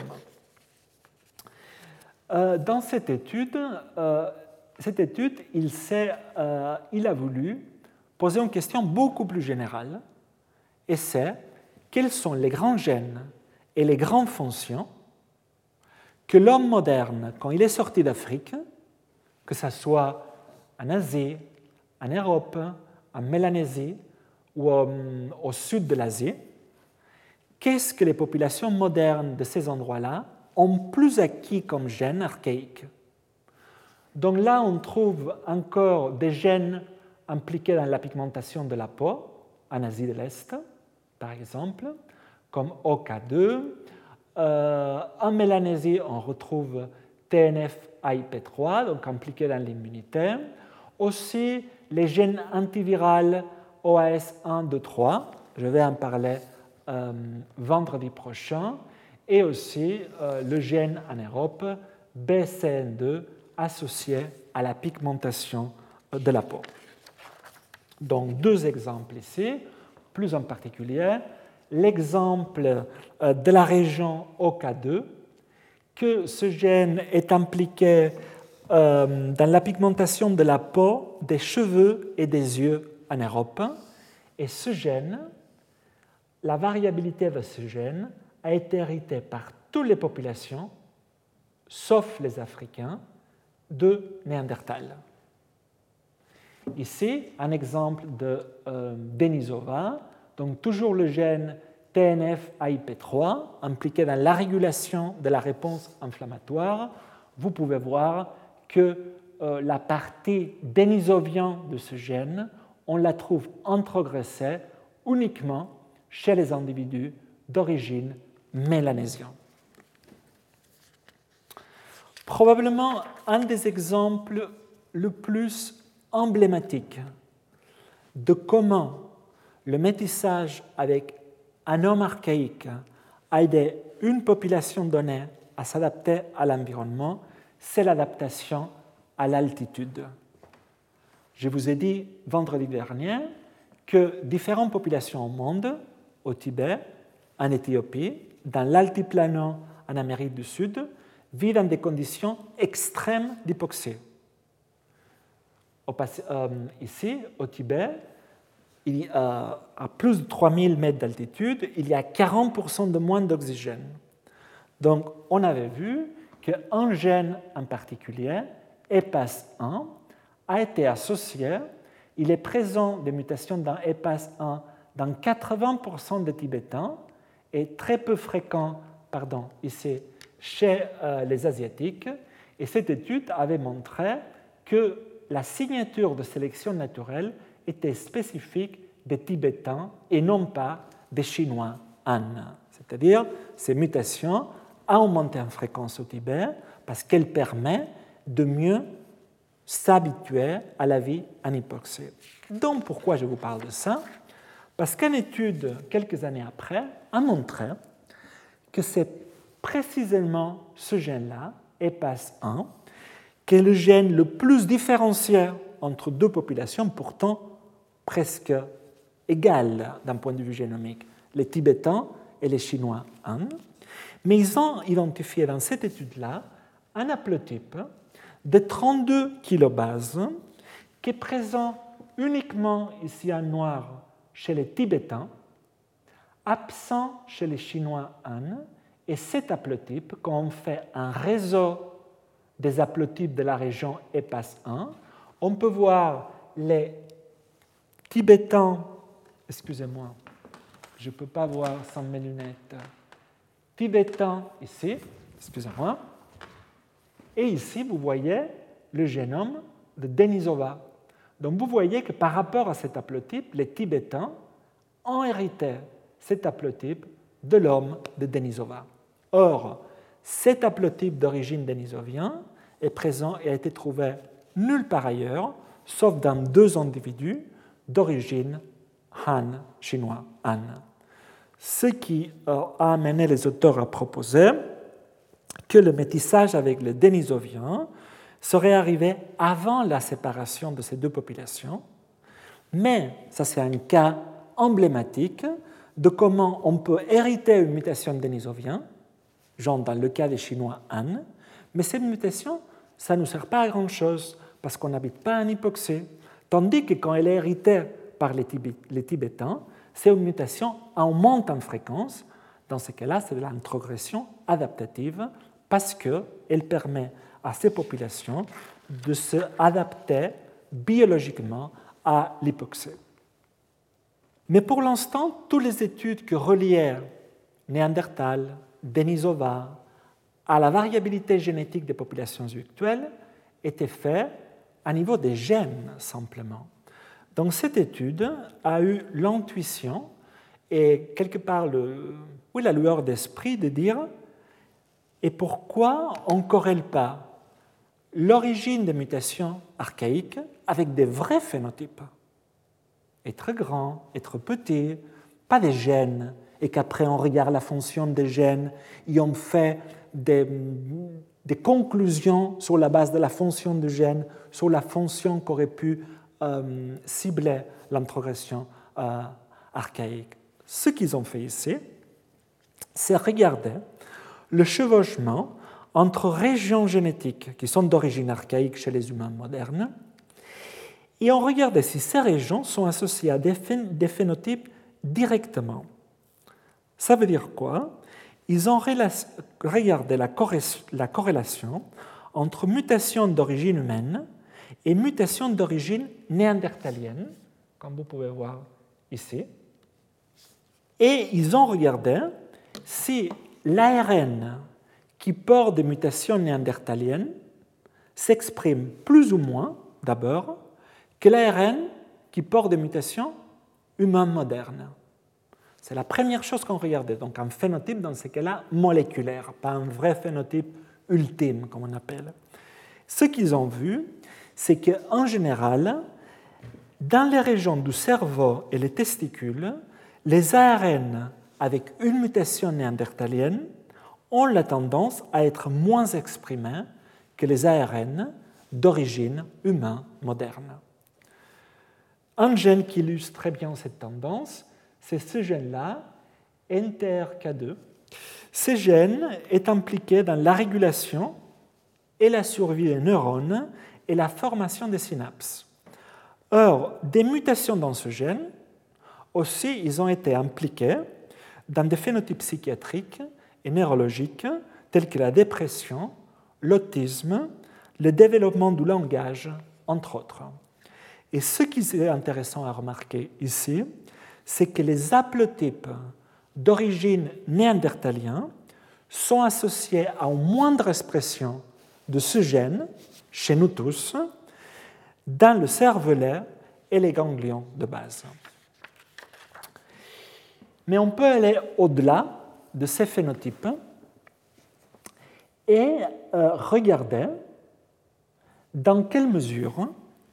Euh, dans cette étude, euh, cette étude il, euh, il a voulu poser une question beaucoup plus générale, et c'est quels sont les grands gènes et les grandes fonctions que l'homme moderne, quand il est sorti d'Afrique, que ce soit en Asie, en Europe, en Mélanésie ou au, au sud de l'Asie, qu'est-ce que les populations modernes de ces endroits-là ont plus acquis comme gènes archaïques? Donc là, on trouve encore des gènes impliqués dans la pigmentation de la peau, en Asie de l'Est, par exemple, comme O K deux. Euh, en Mélanésie, on retrouve T N F A I P trois, donc impliqué dans l'immunité. Aussi, les gènes antivirales O A S un, deux, trois, je vais en parler euh, vendredi prochain, et aussi euh, le gène en Europe B C N deux associé à la pigmentation de la peau. Donc, deux exemples ici, plus en particulier. L'exemple de la région O K deux, que ce gène est impliqué euh, dans la pigmentation de la peau, des cheveux et des yeux en Europe. Et ce gène, la variabilité de ce gène a été héritée par toutes les populations, sauf les Africains, de Néandertal. Ici, un exemple de euh, Denisova, donc toujours le gène T N F A I P trois, impliqué dans la régulation de la réponse inflammatoire. Vous pouvez voir que euh, la partie dénisovienne de ce gène, on la trouve introgressée uniquement chez les individus d'origine mélanésienne. Probablement un des exemples le plus emblématique de comment le métissage avec un homme archaïque a aidé une population donnée à s'adapter à l'environnement, c'est l'adaptation à l'altitude. Je vous ai dit vendredi dernier que différentes populations au monde, au Tibet, en Éthiopie, dans l'altiplano en Amérique du Sud, vivent dans des conditions extrêmes d'hypoxie. ici, au Tibet, il y a, à plus de trois mille mètres d'altitude, il y a quarante pour cent de moins d'oxygène. Donc, on avait vu qu'un gène en particulier, E P A S un, a été associé, il est présent des mutations dans E P A S un dans quatre-vingts pour cent des Tibétains et très peu fréquent, pardon, ici, chez euh, les Asiatiques. Et cette étude avait montré que la signature de sélection naturelle était spécifique des Tibétains et non pas des Chinois Han. C'est-à-dire, ces mutations ont augmenté en fréquence au Tibet parce qu'elles permettent de mieux s'habituer à la vie en hypoxie. Donc, pourquoi je vous parle de ça? Parce qu'une étude, quelques années après, a montré que c'est précisément ce gène-là, E P A S un, qui est le gène le plus différencié entre deux populations, pourtant presque égales d'un point de vue génomique, les Tibétains et les Chinois Han. Mais ils ont identifié dans cette étude-là un haplotype de trente-deux kilobases qui est présent uniquement ici en noir chez les Tibétains, absent chez les Chinois Han, et cet haplotype, quand on fait un réseau des haplotypes de la région E P A S un, on peut voir les Tibétains, excusez-moi, je ne peux pas voir sans mes lunettes, Tibétains ici, excusez-moi, et ici vous voyez le génome de Denisova. Donc vous voyez que par rapport à cet haplotype, les Tibétains ont hérité cet haplotype de l'homme de Denisova. Or, cet haplotype d'origine dénisovien est présent et a été trouvé nulle part ailleurs, sauf dans deux individus d'origine Han, chinois Han. Ce qui a amené les auteurs à proposer que le métissage avec les dénisoviens serait arrivé avant la séparation de ces deux populations, mais ça c'est un cas emblématique de comment on peut hériter une mutation de dénisovien, genre dans le cas des Chinois Han, mais cette mutation, ça ne nous sert pas à grand-chose parce qu'on n'habite pas en hypoxie, tandis que quand elle est héritée par les, Tibé- les Tibétains, c'est une mutation augmente en fréquence. Dans ce cas-là, c'est de l'introgression adaptative parce qu'elle permet à ces populations de se adapter biologiquement à l'hypoxie. Mais pour l'instant, toutes les études qui reliaient Néandertal, Denisova à la variabilité génétique des populations actuelles étaient faites à niveau des gènes simplement. Donc cette étude a eu l'intuition et quelque part le, oui, la lueur d'esprit de dire et pourquoi on ne corrèle pas l'origine des mutations archaïques avec des vrais phénotypes, être grand, être petit, pas des gènes, et qu'après on regarde la fonction des gènes et on fait des, des conclusions sur la base de la fonction des gènes, sur la fonction qu'aurait pu euh, cibler l'introgression euh, archaïque. Ce qu'ils ont fait ici, c'est regarder le chevauchement entre régions génétiques qui sont d'origine archaïque chez les humains modernes et on regardait si ces régions sont associées à des, phén- des phénotypes directement. Ça veut dire quoi? Ils ont rela- regardé la, corré- la corrélation entre mutation d'origine humaine et mutation d'origine néandertalienne, comme vous pouvez voir ici. Et ils ont regardé si l'A R N qui porte des mutations néandertaliennes s'exprime plus ou moins, d'abord, que l'A R N qui porte des mutations humaines modernes. C'est la première chose qu'on regardait, donc un phénotype dans ce cas-là moléculaire, pas un vrai phénotype ultime, comme on appelle. Ce qu'ils ont vu, c'est qu'en général, dans les régions du cerveau et les testicules, les A R N avec une mutation néandertalienne ont la tendance à être moins exprimés que les A R N d'origine humaine moderne. Un gène qui illustre très bien cette tendance, c'est ce gène-là, N T R K deux. Ce gène est impliqué dans la régulation et la survie des neurones et la formation des synapses. Or, des mutations dans ce gène, aussi, ils ont été impliqués dans des phénotypes psychiatriques et neurologiques tels que la dépression, l'autisme, le développement du langage, entre autres. Et ce qui est intéressant à remarquer ici, c'est que les haplotypes d'origine néandertalien sont associés à une moindre expression de ce gène, chez nous tous, dans le cervelet et les ganglions de base. Mais on peut aller au-delà de ces phénotypes et euh, regarder dans quelle mesure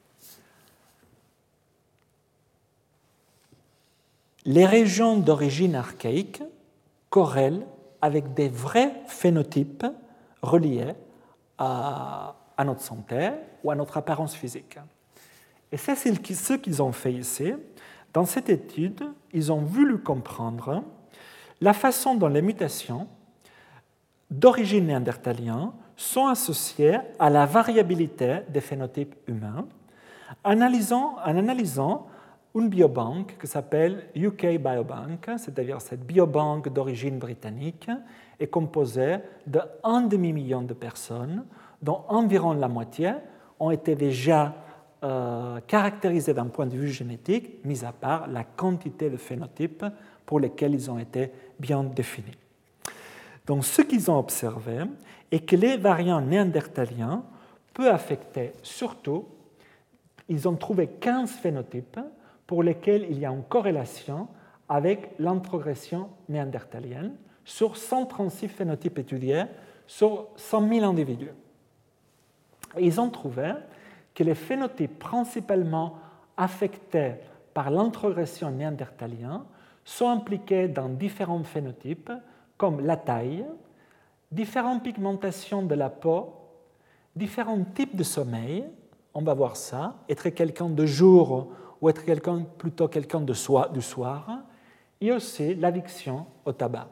les régions d'origine archaïque corrèlent avec des vrais phénotypes reliés à, à notre santé ou à notre apparence physique. Et c'est ce qu'ils ont fait ici. Dans cette étude, ils ont voulu comprendre la façon dont les mutations d'origine néandertalienne sont associées à la variabilité des phénotypes humains, analysant, en analysant une biobanque qui s'appelle U K Biobank, c'est-à-dire cette biobanque d'origine britannique, est composée de un demi-million de personnes, dont environ la moitié ont été déjà euh, caractérisées d'un point de vue génétique, mis à part la quantité de phénotypes pour lesquels ils ont été bien définis. Donc, ce qu'ils ont observé est que les variants néandertaliens peuvent affecter surtout, ils ont trouvé quinze phénotypes pour lesquels il y a une corrélation avec l'introgression néandertalienne sur cent trente-six phénotypes étudiés sur cent mille individus. Et ils ont trouvé que les phénotypes principalement affectés par l'introgression néandertalienne sont impliqués dans différents phénotypes comme la taille, différentes pigmentations de la peau, différents types de sommeil, on va voir ça, être quelqu'un de jour ou être quelqu'un, plutôt quelqu'un de soir, du soir, et aussi l'addiction au tabac.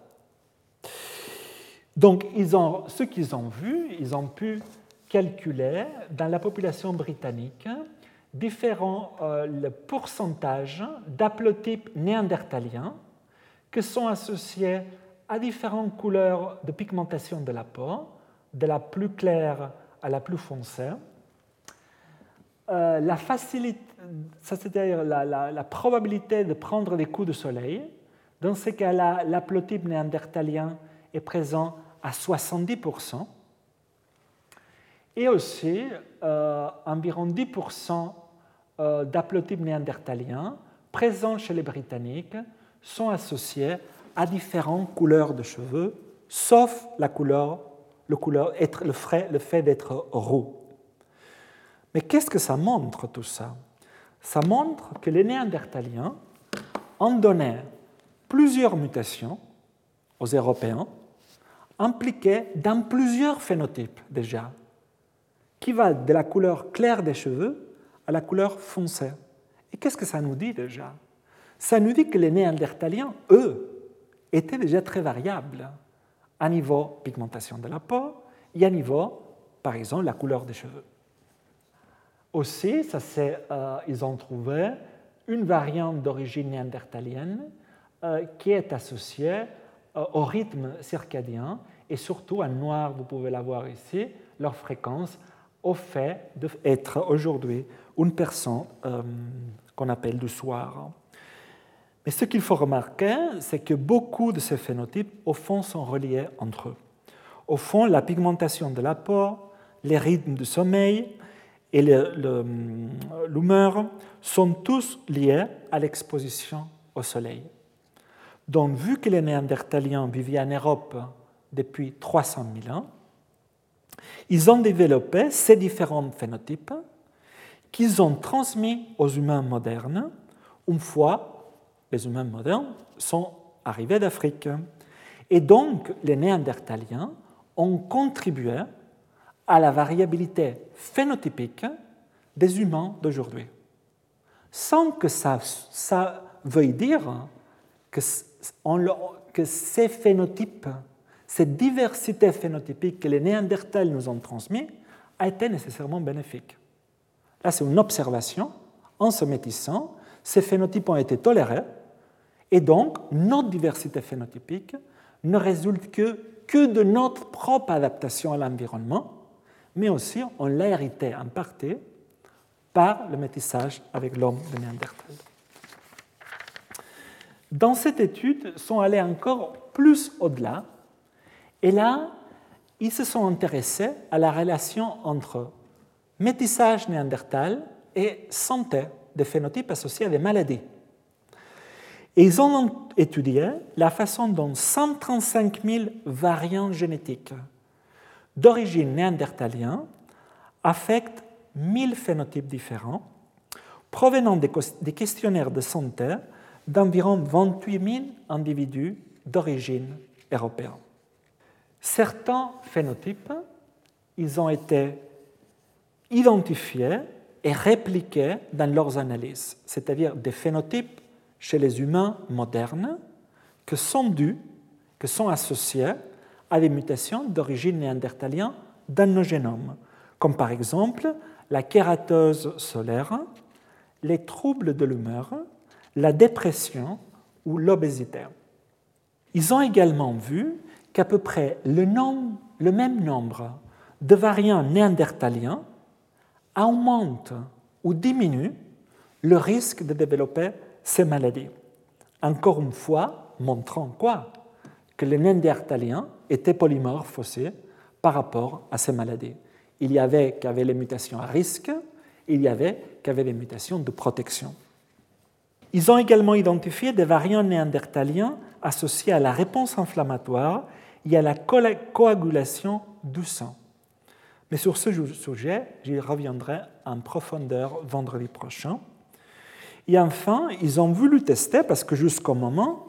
Donc, ils ont, ce qu'ils ont vu, ils ont pu calculer dans la population britannique différents euh, le pourcentage d'haplotypes néandertaliens qui sont associés à différentes couleurs de pigmentation de la peau, de la plus claire à la plus foncée. Euh, la facilité, c'est-à-dire la, la, la probabilité de prendre des coups de soleil, dans ce cas-là, l'haplotype néandertalien est présent à soixante-dix pour cent, et aussi euh, environ dix pour cent euh, d'haplotypes néandertaliens présents chez les Britanniques sont associés à différentes couleurs de cheveux, sauf la couleur, le, couleur, être, le, frais, le fait d'être roux. Mais qu'est-ce que ça montre tout ça? Ça montre que les Néandertaliens ont donné plusieurs mutations aux Européens, impliquées dans plusieurs phénotypes déjà, qui va de la couleur claire des cheveux à la couleur foncée. Et qu'est-ce que ça nous dit déjà? Ça nous dit que les Néandertaliens, eux, étaient déjà très variables à niveau pigmentation de la peau et à niveau, par exemple, la couleur des cheveux. Aussi, ça euh, ils ont trouvé une variante d'origine néandertalienne euh, qui est associée euh, au rythme circadien et surtout en noir, vous pouvez la voir ici, leur fréquence au fait d'être aujourd'hui une personne euh, qu'on appelle du soir. Mais ce qu'il faut remarquer, c'est que beaucoup de ces phénotypes, au fond, sont reliés entre eux. Au fond, la pigmentation de la peau, les rythmes du sommeil et le, le, l'humeur sont tous liés à l'exposition au soleil. Donc, vu que les Néandertaliens vivaient en Europe depuis trois cent mille ans, ils ont développé ces différents phénotypes qu'ils ont transmis aux humains modernes une fois les humains modernes sont arrivés d'Afrique. Et donc, les Néandertaliens ont contribué à la variabilité phénotypique des humains d'aujourd'hui, sans que ça, ça veuille dire que, on, que ces phénotypes, cette diversité phénotypique que les Néandertals nous ont transmis, a été nécessairement bénéfique. Là, c'est une observation en se métissant, ces phénotypes ont été tolérés, et donc notre diversité phénotypique ne résulte que, que de notre propre adaptation à l'environnement, mais aussi on l'a hérité en partie par le métissage avec l'homme de Néandertal. Dans cette étude, ils sont allés encore plus au-delà, et là, ils se sont intéressés à la relation entre métissage néandertal et santé des phénotypes associés à des maladies. Et ils ont étudié la façon dont cent trente-cinq mille variants génétiques d'origine néandertalienne affectent mille phénotypes différents provenant des questionnaires de santé d'environ vingt-huit mille individus d'origine européenne. Certains phénotypes, ils ont été identifiés et répliqués dans leurs analyses, c'est-à-dire des phénotypes chez les humains modernes que sont dus, que sont associés à des mutations d'origine néandertalienne dans nos génomes, comme par exemple la kératose solaire, les troubles de l'humeur, la dépression ou l'obésité. Ils ont également vu qu'à peu près le, nombre, le même nombre de variants néandertaliens augmente ou diminue le risque de développer ces maladies. Encore une fois, montrant quoi? Que les néandertaliens étaient polymorphes aussi par rapport à ces maladies. Il y avait qui avaient les mutations à risque, il y avait qui avaient les mutations de protection. Ils ont également identifié des variants néandertaliens associés à la réponse inflammatoire et à la coagulation du sang. Mais sur ce sujet, j'y reviendrai en profondeur vendredi prochain. Et enfin, ils ont voulu tester, parce que jusqu'au moment,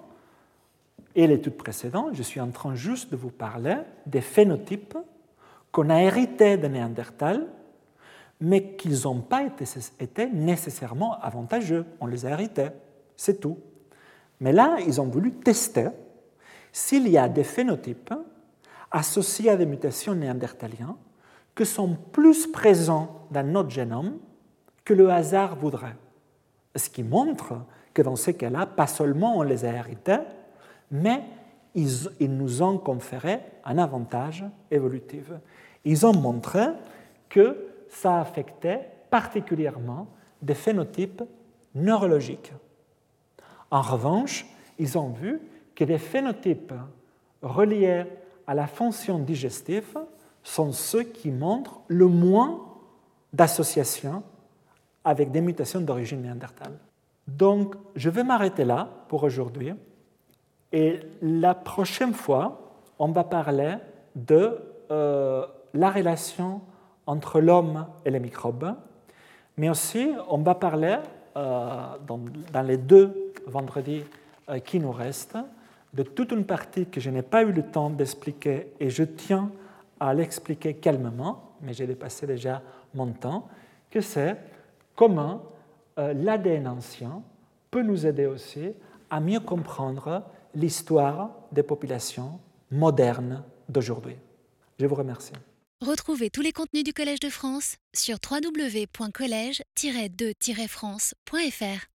et l'étude précédente, je suis en train juste de vous parler des phénotypes qu'on a hérités de Néandertal, mais qu'ils n'ont pas été, été nécessairement avantageux. On les a hérités, c'est tout. Mais là, ils ont voulu tester s'il y a des phénotypes associés à des mutations néandertaliennes qui sont plus présents dans notre génome que le hasard voudrait. Ce qui montre que dans ces cas-là, pas seulement on les a hérités, mais ils, ils nous ont conféré un avantage évolutif. Ils ont montré que ça affectait particulièrement des phénotypes neurologiques. En revanche, ils ont vu que les phénotypes reliés à la fonction digestive sont ceux qui montrent le moins d'association avec des mutations d'origine néandertale. Donc, je vais m'arrêter là pour aujourd'hui. Et la prochaine fois, on va parler de euh, la relation entre l'homme et les microbes, mais aussi on va parler, euh, dans, dans les deux vendredis euh, qui nous restent, de toute une partie que je n'ai pas eu le temps d'expliquer et je tiens à l'expliquer calmement, mais j'ai dépassé déjà mon temps, que c'est comment euh, l'A D N ancien peut nous aider aussi à mieux comprendre l'histoire des populations modernes d'aujourd'hui. Je vous remercie. Retrouvez tous les contenus du Collège de France sur w w w point collège tiret de tiret france point f r.